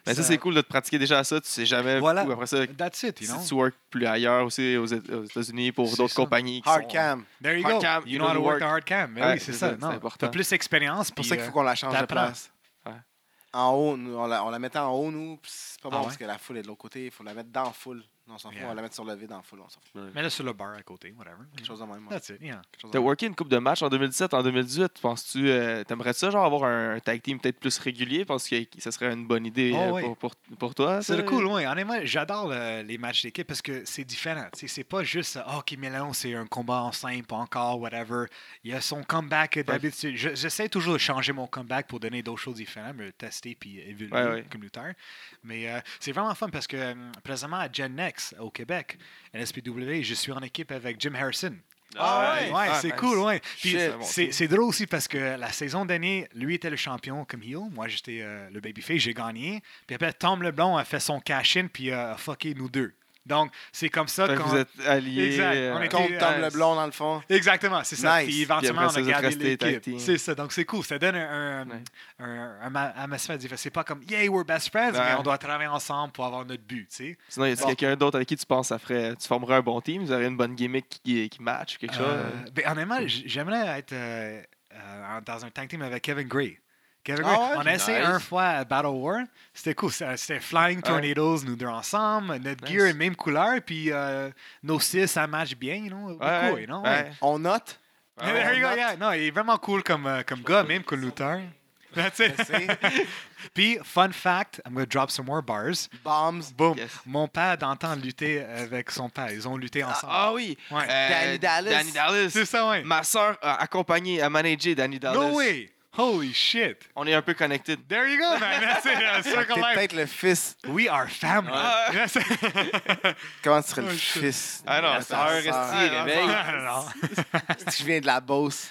Mais ça, c'est cool de te pratiquer déjà à ça. Tu sais jamais. Voilà. Où, après ça, That's it, you know. si tu work plus ailleurs aussi aux Éta- aux États-Unis pour C'est d'autres ça. compagnies. Qui Hard sont, cam. There you Hard go. cam, you you know how know to the work work. the hard cam. Ben Ouais, oui, c'est c'est ça. ça, c'est Non, important. t'as plus d'expérience. C'est pour puis, ça qu'il faut euh, qu'on la change de t'apprends. place. Ouais. En haut, nous, on, la, on la mettait en haut, nous. Puis c'est pas bon Ah ouais? parce que la foule est de l'autre côté. Il faut la mettre dans la foule. Non, on s'en fout. Yeah. On va la mettre sur le vide dans la foule. On s'en fout. Mais là, sur le bar à côté, whatever. Quelque chose de même. ouais. That's it, yeah. Quelque chose de T'as même. worké une coupe de matchs en deux mille dix-sept, en deux mille dix-huit. Penses-tu, euh, t'aimerais ça, genre, avoir un tag team peut-être plus régulier? Parce que ça serait une bonne idée Oh, euh, oui. pour, pour, pour toi? C'est ça? cool, oui. Honnêtement, j'adore le- les matchs d'équipe parce que c'est différent. Tu sais, c'est pas juste oh, OK, Milan, c'est un combat en simple encore, whatever. Il y a son comeback euh, d'habitude. Je- J'essaie toujours de changer mon comeback pour donner d'autres choses différentes, me tester puis évoluer Ouais, ouais. comme lutteur. Mais euh, c'est vraiment fun parce que euh, présentement à Gen Next au Québec, N S P W, je suis en équipe avec Jim Harrison. Ah ouais? Ouais, Ah, c'est nice. cool, ouais. Puis Shit. c'est c'est drôle aussi parce que la saison dernière, lui était le champion comme heel. Moi, j'étais euh, le babyface, j'ai gagné. Puis après, Tom Leblond a fait son cash-in puis euh, a fucké nous deux. Donc, c'est comme ça Fait que qu'on... vous êtes alliés. Exact. euh, On était- Contre Tom nice. Leblond, dans le fond. Exactement, c'est ça. Nice. Puis Puis éventuellement, après ça, on a vous êtes gardé restés tag l'équipe. team. C'est ça. Donc, c'est cool. Ça donne un, un, Nice. un, un ma- atmosphère différente. C'est pas comme, yeah, we're best friends, Ouais. mais on doit travailler ensemble pour avoir notre but, tu sais. Sinon, y a Bon. quelqu'un d'autre avec qui tu penses ça ferait. Tu formerais un bon team? Vous auriez une bonne gimmick qui, qui match, quelque chose? Euh, ben, honnêtement, j- j'aimerais être euh, euh, dans un tag team avec Kevin Gray. Kevin Gray, Ah ouais? on a essayé Nice. un fois à Battle War. C'était cool. C'était c'était Flying Tornadoes, nous deux ensemble. Notre Nice. gear est même couleur. Puis euh, nos six, ça match bien. You know? Ouais, cool, you know? ouais. On note. Yeah, there you go, on yeah. Non, il est vraiment cool comme, euh, comme gars, même comme lutteur. That's it. Je sais. Puis, fun fact, I'm going to drop some more bars. Bombs. Boom. Yes. Mon père d'entendre lutter avec son père. Ils ont lutté ensemble. Ah oui! Ouais. Euh, Danny Dallas. Danny Dallas. C'est ça, ouais. Ma soeur a accompagné, a managé Danny Dallas. No way. Holy shit. On est un peu connected. There you go, man. That's it. Uh, T'es circle life. peut-être le fils. We are family. Ah. That's it. Comment tu serais Oh, le shit. fils? Ah non, de c'est ta Heure, sœur? esti, réveille. I don't know. Je viens de la Beauce.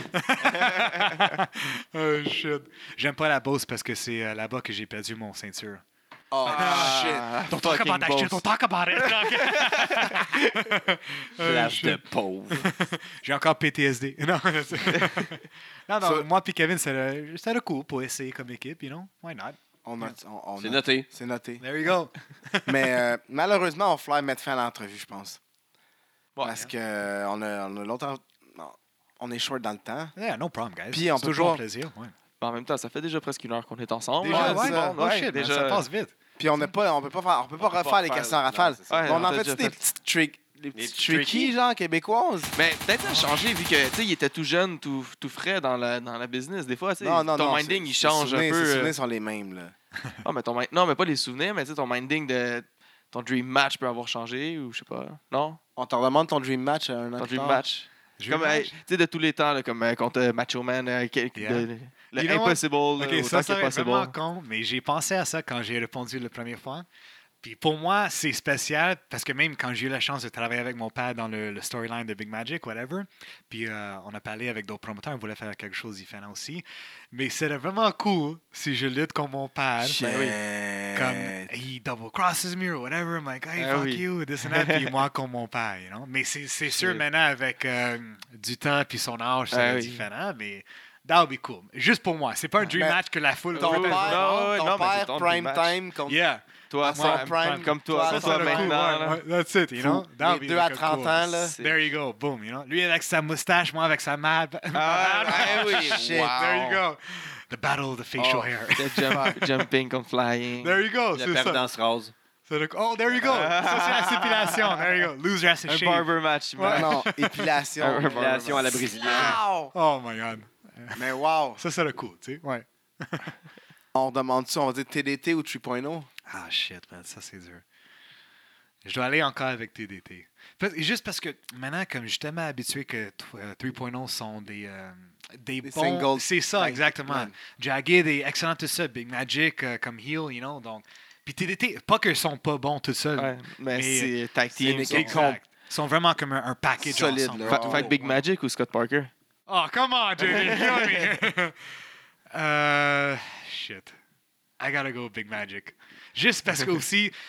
Oh shit. J'aime pas la Beauce parce que c'est euh, là-bas que j'ai perdu mon ceinture. Oh, shit. Ah, Don't talk fucking about that shit. boss. Don't talk about it. Oh, Place de shit. pauvre. J'ai encore P T S D. Non, c'est- non, non Ça- moi puis Kevin, c'était c'était cool pour essayer comme équipe, you know? Why not? On note. on- on C'est note. noté. C'est noté. There you go. Mais euh, malheureusement, on va falloir mettre fin à l'entrevue, je pense. Ouais. Parce que euh, on a, on a longtemps. non, on est short dans le temps. Yeah, no problem, guys. Puis on C'est peut toujours pas- un plaisir. Ouais. Mais en même temps, ça fait déjà presque une heure qu'on est ensemble. Déjà, Ouais, ouais, c'est ouais. bon, Oh ouais, shit, man, déjà. ça passe vite. Puis on n'a pas, on peut pas faire, on peut pas On peut refaire pas les faire- questions en non, rafale. c'est ça. Ouais, Mais on on en t'a fait déjà des fait. petites tricks, des Les petites petits tricky, tricky. genre québécoises. Mais peut-être à changer, vu que tu sais, il était tout jeune, tout, tout frais dans la, dans la business. Des fois, tu sais, Non, non, ton non. minding, c'est- il les change un souvenirs- peu. Les euh, souvenirs sont les mêmes, là. Ah, mais ton, mi- non, mais pas les souvenirs, mais tu sais, ton minding de ton dream match peut avoir changé ou je sais pas. Non? On te redemande ton dream match à un an Ton plus dream tard. match. Dream Comme, match? hey, tu sais, de tous les temps, là, comme euh, contre euh, Macho Man, euh, quel- Yeah. le, le You know what? impossible, là, Ok, autant ça, ça que va être possible. vraiment con, mais j'ai pensé à ça quand j'ai répondu la première fois. Puis pour moi, c'est spécial parce que même quand j'ai eu la chance de travailler avec mon père dans le, le storyline de Big Magic, whatever, puis euh, on a parlé avec d'autres promoteurs, on voulait faire quelque chose de différent aussi. Mais c'était vraiment cool si je lutte comme mon père. Shit. Comme, he double crosses me or whatever. I'm like, hey, Ah fuck oui. you, this and that. Puis moi, comme mon père, you know. Mais c'est c'est sûr, Shit. maintenant, avec euh, du temps puis son âge, c'est Ah oui. différent. Mais that would be cool. Juste pour moi. C'est pas un dream Mais match que la foule Ton Oui, peut-être oui, père, non, ouais, ton non, mais c'est père ton prime match. time contre Yeah. Toi, Moi, ça, prime, comme toi, toi, toi, ça, toi, le maintenant. cool, là. ouais, ouais, that's it, you know. That would les be deux à like a trente cool. ans, là. C'est- There you go, boom, you know. Lui avec sa moustache, moi avec sa mad. Ah, ah oui, Shit. wow. There you go. The battle of the facial Oh, hair. the jump- jumping contre flying. There you go, La c'est perte ça. dans ce rase. C'est le- Oh, there you go. Ça, c'est la stipulation. There you go. Lose dress and Un shave. barber match. Ouais. Non, épilation. Un- un- Relation à la brésilienne. Wow! Oh my god. Mais wow! Ça, c'est le cool, tu sais. Ouais. On demande ça, on va dire T D T ou trois point oh? Ah, shit, man. Ça, c'est dur. Je dois aller encore avec T D T. Parce- Juste parce que maintenant, comme je suis tellement habitué que t- euh, trois point oh sont des, euh, des, Des bons... singles. C'est ça, Ouais, exactement. man. Jagged est excellent tout seul. Big Magic euh, comme heel, you know. Donc... Puis T D T, pas qu'ils sont pas bons tout seuls. Ouais, mais Mais c'est tag c'est une team. équipe ça. Exact. Ils sont vraiment comme un, un package Solide, ensemble. là. Fa- Oh, Fight Big ouais. Magic ou Scott Parker? Oh, come on, J D. Kill me. euh, shit. I gotta go Big Magic. Juste parce que aussi,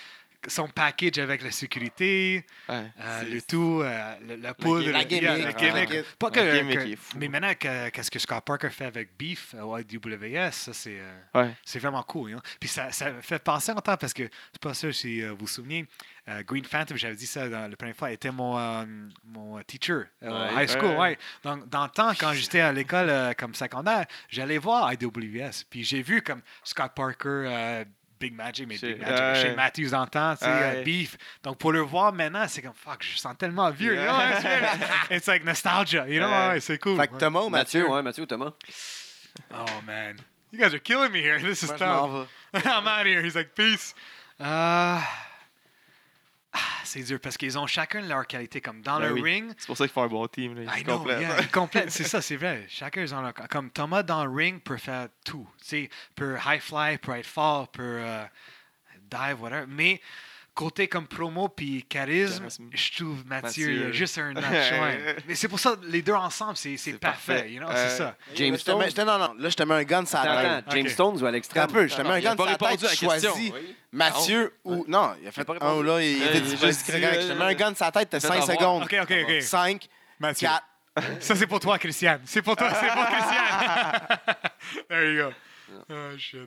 son package avec la sécurité, Ouais, euh, c'est- le tout, euh, le- la poudre, La le- gimmick, yeah, la le gimmick. gimmick. Pas que, Le gimmick que- est fou. mais maintenant, que- qu'est-ce que Scott Parker fait avec Beef au I W S, ça, c'est euh, Ouais. c'est vraiment cool. Hein? Puis ça, ça me fait penser en temps, parce que, c'est pas sûr si euh, vous vous souvenez, euh, Green Phantom, j'avais dit ça dans, la première fois, était mon, euh, mon teacher euh, au Ouais. high school. Ouais. Ouais. Donc, dans le temps, quand j'étais à l'école euh, comme secondaire, j'allais voir I W S. Puis j'ai vu comme Scott Parker, euh, Big Magic, mais Chez- Big Magic, ouais. chez Matthews dans le temps, tu sais, Ouais. euh, Beef. Donc, pour le voir maintenant, c'est comme, fuck, je sens tellement vieux. Yeah. You know, it's, really- it's like nostalgia, you know, Ouais. ouais, c'est cool. Fait que Ouais. Thomas ou Mathieu, Mathieu? ouais, Mathieu ou Thomas. Oh, man. You guys are killing me here. This is Moi, je m'en tough. vais. I'm out of here. He's like, peace. Euh, ah, c'est dur parce qu'ils ont chacun leur qualité. Comme dans Ben le oui. ring, C'est pour ça qu'il faut un bon team. Là. I Ils know, complètent. yeah, ils complètent. C'est ça, c'est vrai. Chacun, ils ont leur... Comme Thomas dans le ring peut faire tout. Tu sais, peut high fly, peut être fort, peut euh, dive, whatever. Mais côté comme promo puis charisme, Charisme. je trouve Mathieu, Mathieu. il y a juste un notch. ouais. Mais c'est pour ça, les deux ensemble, c'est c'est C'est parfait. parfait. You know, Euh, c'est ça. James Là, je te mets- Stones. je te- Non, non, là, je te mets un gun sur la Attends, tête. attends, James Ok. Stones ou à Attends l'extrême? un peu, je te mets un Il a gun pas sur la répondu tête, à la tu choisis question. Oui. Mathieu ou... Non, il a fait pas un répondu. ou là, il Euh, était il a difficile. juste c'est correct. dit, Je te euh, mets un gun sur la tête, t'as fait cinq avoir. secondes. OK, OK, OK. cinq, Mathieu. quatre. Ça, c'est pour toi, Christiane. C'est pour toi, c'est pour Christiane. There you go. Oh, shit.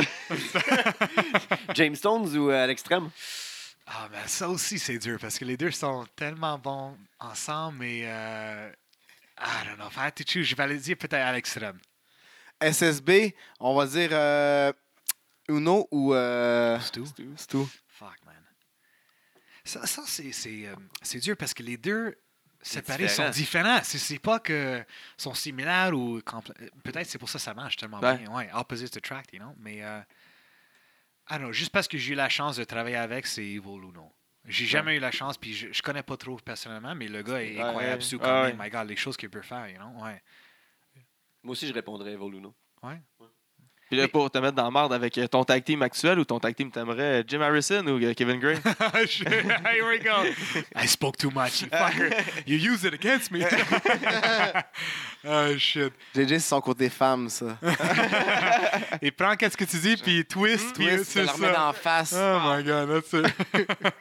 James Stones ou à l'extrême? Ah, mais ça aussi, c'est dur parce que les deux sont tellement bons ensemble, mais. Euh, I don't know. If I had to choose, je vais aller dire peut-être à l'extrême. S S B, on va dire euh, Uno ou... Euh, Stu? Stu. Fuck, man. Ça, ça c'est, c'est, euh, c'est dur parce que les deux séparés différent. sont différents. C'est, c'est pas que sont similaires ou compl- peut-être c'est pour ça que ça marche tellement Ouais. bien. Ouais, opposites attract, you know. Mais euh, I don't know, juste parce que j'ai eu la chance de travailler avec, c'est Evil Uno. J'ai jamais eu la chance, puis je, je connais pas trop personnellement, mais le gars est Ouais, incroyable. ouais. Sous Ouais, quand ouais. même, my God, les choses qu'il peut faire, you know. Ouais. Moi aussi, je répondrais Voluno. Ouais. Puis là, pour te mettre dans la marde avec euh, ton tag team actuel ou ton tag team t'aimerais, Jim Harrison ou euh, Kevin Gray? Here we go. I spoke too much, you fucker. You used it against me. Oh shit. J J, c'est son côté femme, ça. Et prends qu'est-ce que tu dis, puis twist, puis Twist, c'est tu le remets ça. dans la face. Oh my god, that's it.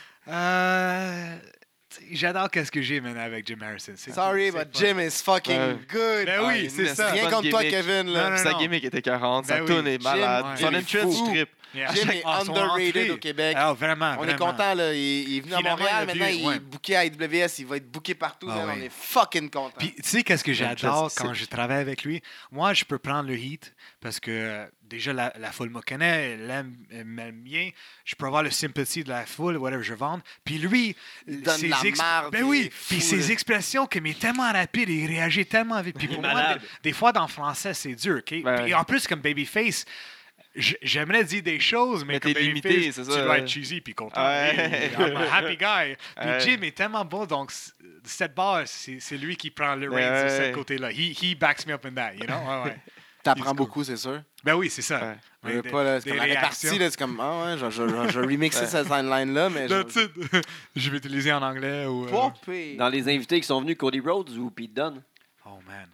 euh, tu sais, j'adore qu'est-ce que j'ai maintenant avec Jim Harrison. C'est Sorry, c'est but fun. Jim is fucking Ouais. good. Ben oui, Ah, c'est une ça. Rien bonne contre toi, gimmick. Kevin. Là. Non, non, Sa non. gimmick était quarante, sa Ben oui. tune est Jim, malade. ouais. Son Jim est entrance, fou. tu trip. Yeah. Jim est Ah, son underrated entrée. au Québec. Ah, vraiment, On est vraiment. content, là. Il, il est venu à Finalement, Montréal. il a Maintenant, vu, il ouais. est booké à I W S. Il va être booké partout. Ah man. ouais. On est fucking content. Puis, tu sais, qu'est-ce que j'adore Just quand sick. je travaille avec lui? Moi, je peux prendre le heat parce que euh, déjà, la, la foule me connaît, elle aime, elle m'aime bien. Je peux avoir le sympathie de la foule, whatever je vende. Puis lui, Il donne ses la ex- marde, Ben il oui, est fou, puis ses là. expressions, comme il est tellement rapide et il réagit tellement vite. Puis pour moi, malade. des, des fois, dans le français, c'est dur. OK? Ben Puis ouais. en plus, comme Babyface, j- j'aimerais dire des choses, mais, Mais comme t'es limité, Babyface, c'est tu ça, dois ouais. être cheesy puis content. Ouais. Hey, I'm a happy guy. Puis Ouais. Jim est tellement bon, donc c- cette barre, c'est c'est lui qui prend le Ouais, reins de ouais, ce ouais. côté-là. He, he backs me up in that, you know? Ouais, ouais. T'apprends cool. beaucoup, c'est sûr. Ben oui, c'est ça. Ouais. Je Ouais, veux des- pas, là, c'est des comme la répartie, réactions. là, c'est comme, ah ouais, je, je, je, je remixer Ouais. cette line-là, mais je... That's it. Je vais utiliser en anglais ou... euh, Pas pire. Dans les invités qui sont venus, Cody Rhodes ou Pete Dunne? Oh, man.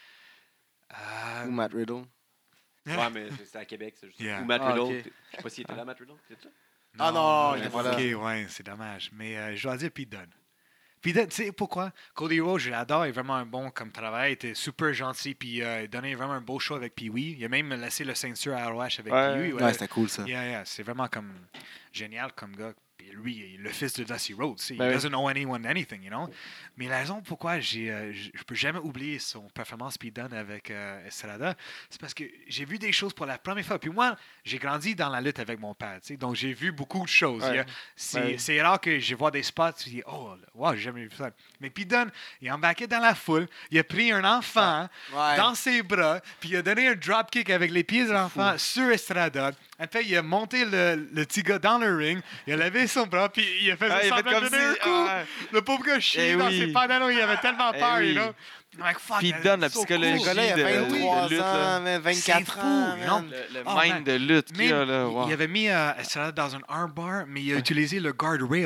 Euh, Ou Matt Riddle. Ouais, mais c'est à Québec, c'est juste. Yeah. Ou Matt Ah, Riddle. ok. Je sais pas s'il était là, Matt Riddle. C'est ça? Ah non, il était était pas pas là. là. OK, ouais, c'est dommage. Mais euh, je dois dire Pete Dunne. Pete Dunne, tu sais pourquoi? Cody Rhodes, je l'adore, il est vraiment un bon comme travail, il était super gentil, puis euh, il donnait vraiment un beau show avec Pee-Wee. Il a même laissé le ceinture à R O H avec Ouais. Pee-Wee. Ouais, c'était cool, ça. Yeah, yeah, c'est vraiment comme génial comme gars. Puis lui, il est le fils de Dusty Rhodes. tu sais, Ben he oui. doesn't owe anyone anything, you know. Mais la raison pourquoi j'ai, euh, j- je peux jamais oublier son performance Pete Dunne avec euh, Estrada, c'est parce que j'ai vu des choses pour la première fois. Puis moi, j'ai grandi dans la lutte avec mon père, tu sais, donc j'ai vu beaucoup de choses. Ouais. Il y a- c'est, Ouais. c'est rare que je vois des spots, tu dis, oh, wow, j'ai jamais vu ça. Mais Pete Dunne, il est embarqué dans la foule, il a pris un enfant Ouais. dans ses bras, puis il a donné un dropkick avec les pieds de l'enfant sur Estrada. Après, il a monté le, le petit gars dans le ring, il a levé son bras, puis il a fait Ah, il a fait semblant de comme donner un si- coup. ah. Le pauvre gars chié Eh dans oui. ses pantalons, il avait tellement Eh peur, oui. you know. I'm like, fuck, Puis il man, donne la so psychologie Ce gars-là, il a de- vingt-trois de lutte, là. ans, man, vingt-quatre C'est fou, ans, non? man. Le, le Oh, mind man. de lutte qu'il y Même, a, là. il- wow. il avait mis euh, Estrada dans un armbar, mais il a utilisé le guardrail. Ouais,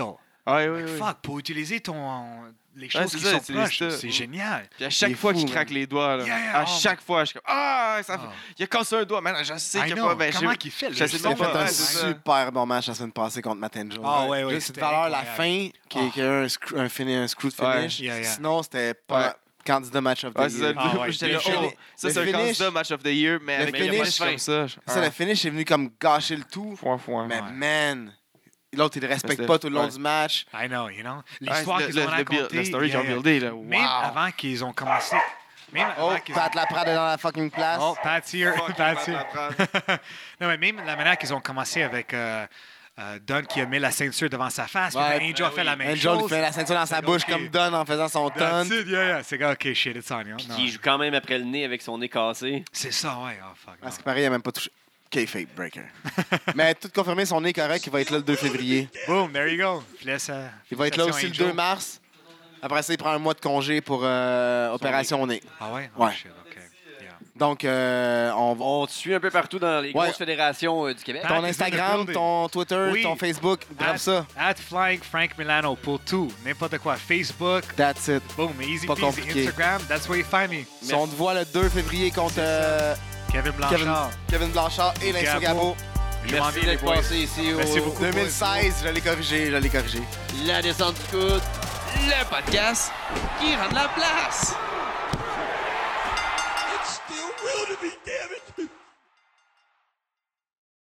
Ah, oui, oui, Like, oui. fuck, pour utiliser ton, les choses Ouais, c'est qui ça, sont c'est proches, ça. c'est génial. Puis à chaque Il est fois fou, qu'il man. craque les doigts, là, Yeah, yeah, à oh, chaque fois, je suis comme Ah, ça fait- Oh. il a cassé un doigt. Man, je sais I qu'il n'y a know. pas. Ben, Comment je- qu'il fait? je sais Il a même fait pas, un ouais, c'est ça. super bon match la semaine passée contre Matt Angel. Ah, ouais, ouais, Juste c'était valeur la incroyable. fin, qui, Ah. qui a un, screw, un, fini- un screw de finish. Ouais. Yeah, yeah. Sinon, c'était pas Ouais. candidat match of the Ouais, c'est ça. year. Ah, ouais. J'étais Le là, fini- oh, ça, le c'est un finish- candidat match of the year, mais le avec le finish, finish comme ça. je- Ça, le finish est venu comme gâcher le tout. Foin, foin. Mais Ouais. man, l'autre, il le respecte c'était- pas tout le long ouais. du match. I know, you know. Ah, L'histoire le- qu'ils le- ont le build- racontée. La story qu'ils yeah, ont yeah. buildé, là. Même Wow. avant qu'ils ont commencé. Même Oh, avant qu'ils ont... Pat Laprade est dans la fucking place. Oh, Pat's here. Fuck, Pat's Pat here. Laprade. Non, mais même la manière qu'ils ont commencé avec euh, euh, Dunn qui a mis la ceinture devant sa face, Ouais. puis Angel Ah a fait oui. la même Angel chose. il fait la ceinture dans sa C'est bouche ok. comme Dunn en faisant son That's ton. it, yeah, yeah. C'est comme, OK, shit, it's on, you. Puis Non. qui joue quand même après le nez avec son nez cassé. C'est ça, ouais. Oh, fuck. Parce que non. pareil, il a même pas touché. K-Fake Breaker. Mais tout confirmé, son nez est correct, il va être là le deux février. Boom, there you go. Puis laisse, euh, Il va être là aussi le félicitations, deux Angel. mars. Après ça, il prend un mois de congé pour euh, opération nez. Ah ouais? Oh, Ouais. shit, OK. Yeah. Donc, euh, on va. On te suit un peu partout dans les Ouais. grosses fédérations euh, du Québec. Pat Ton is in the Instagram, building. ton Twitter, Oui. ton Facebook, drop At- ça. At Flying Frank Milano pour tout. N'importe quoi. Facebook, That's it. boom, easy Pas peasy. compliqué. Instagram, that's where you find me. Si on te voit le deux février contre euh, Kevin Kevin, Blanchard. Kevin Blanchard et Lynx Gabo. Gabo. Je m'en Merci viens, les d'être boys. passé ici Merci au beaucoup. deux mille seize, je l'ai corrigé, je l'ai corrigé. La descente du coude. Le podcast qui rend la place. It's still real to me, damn it!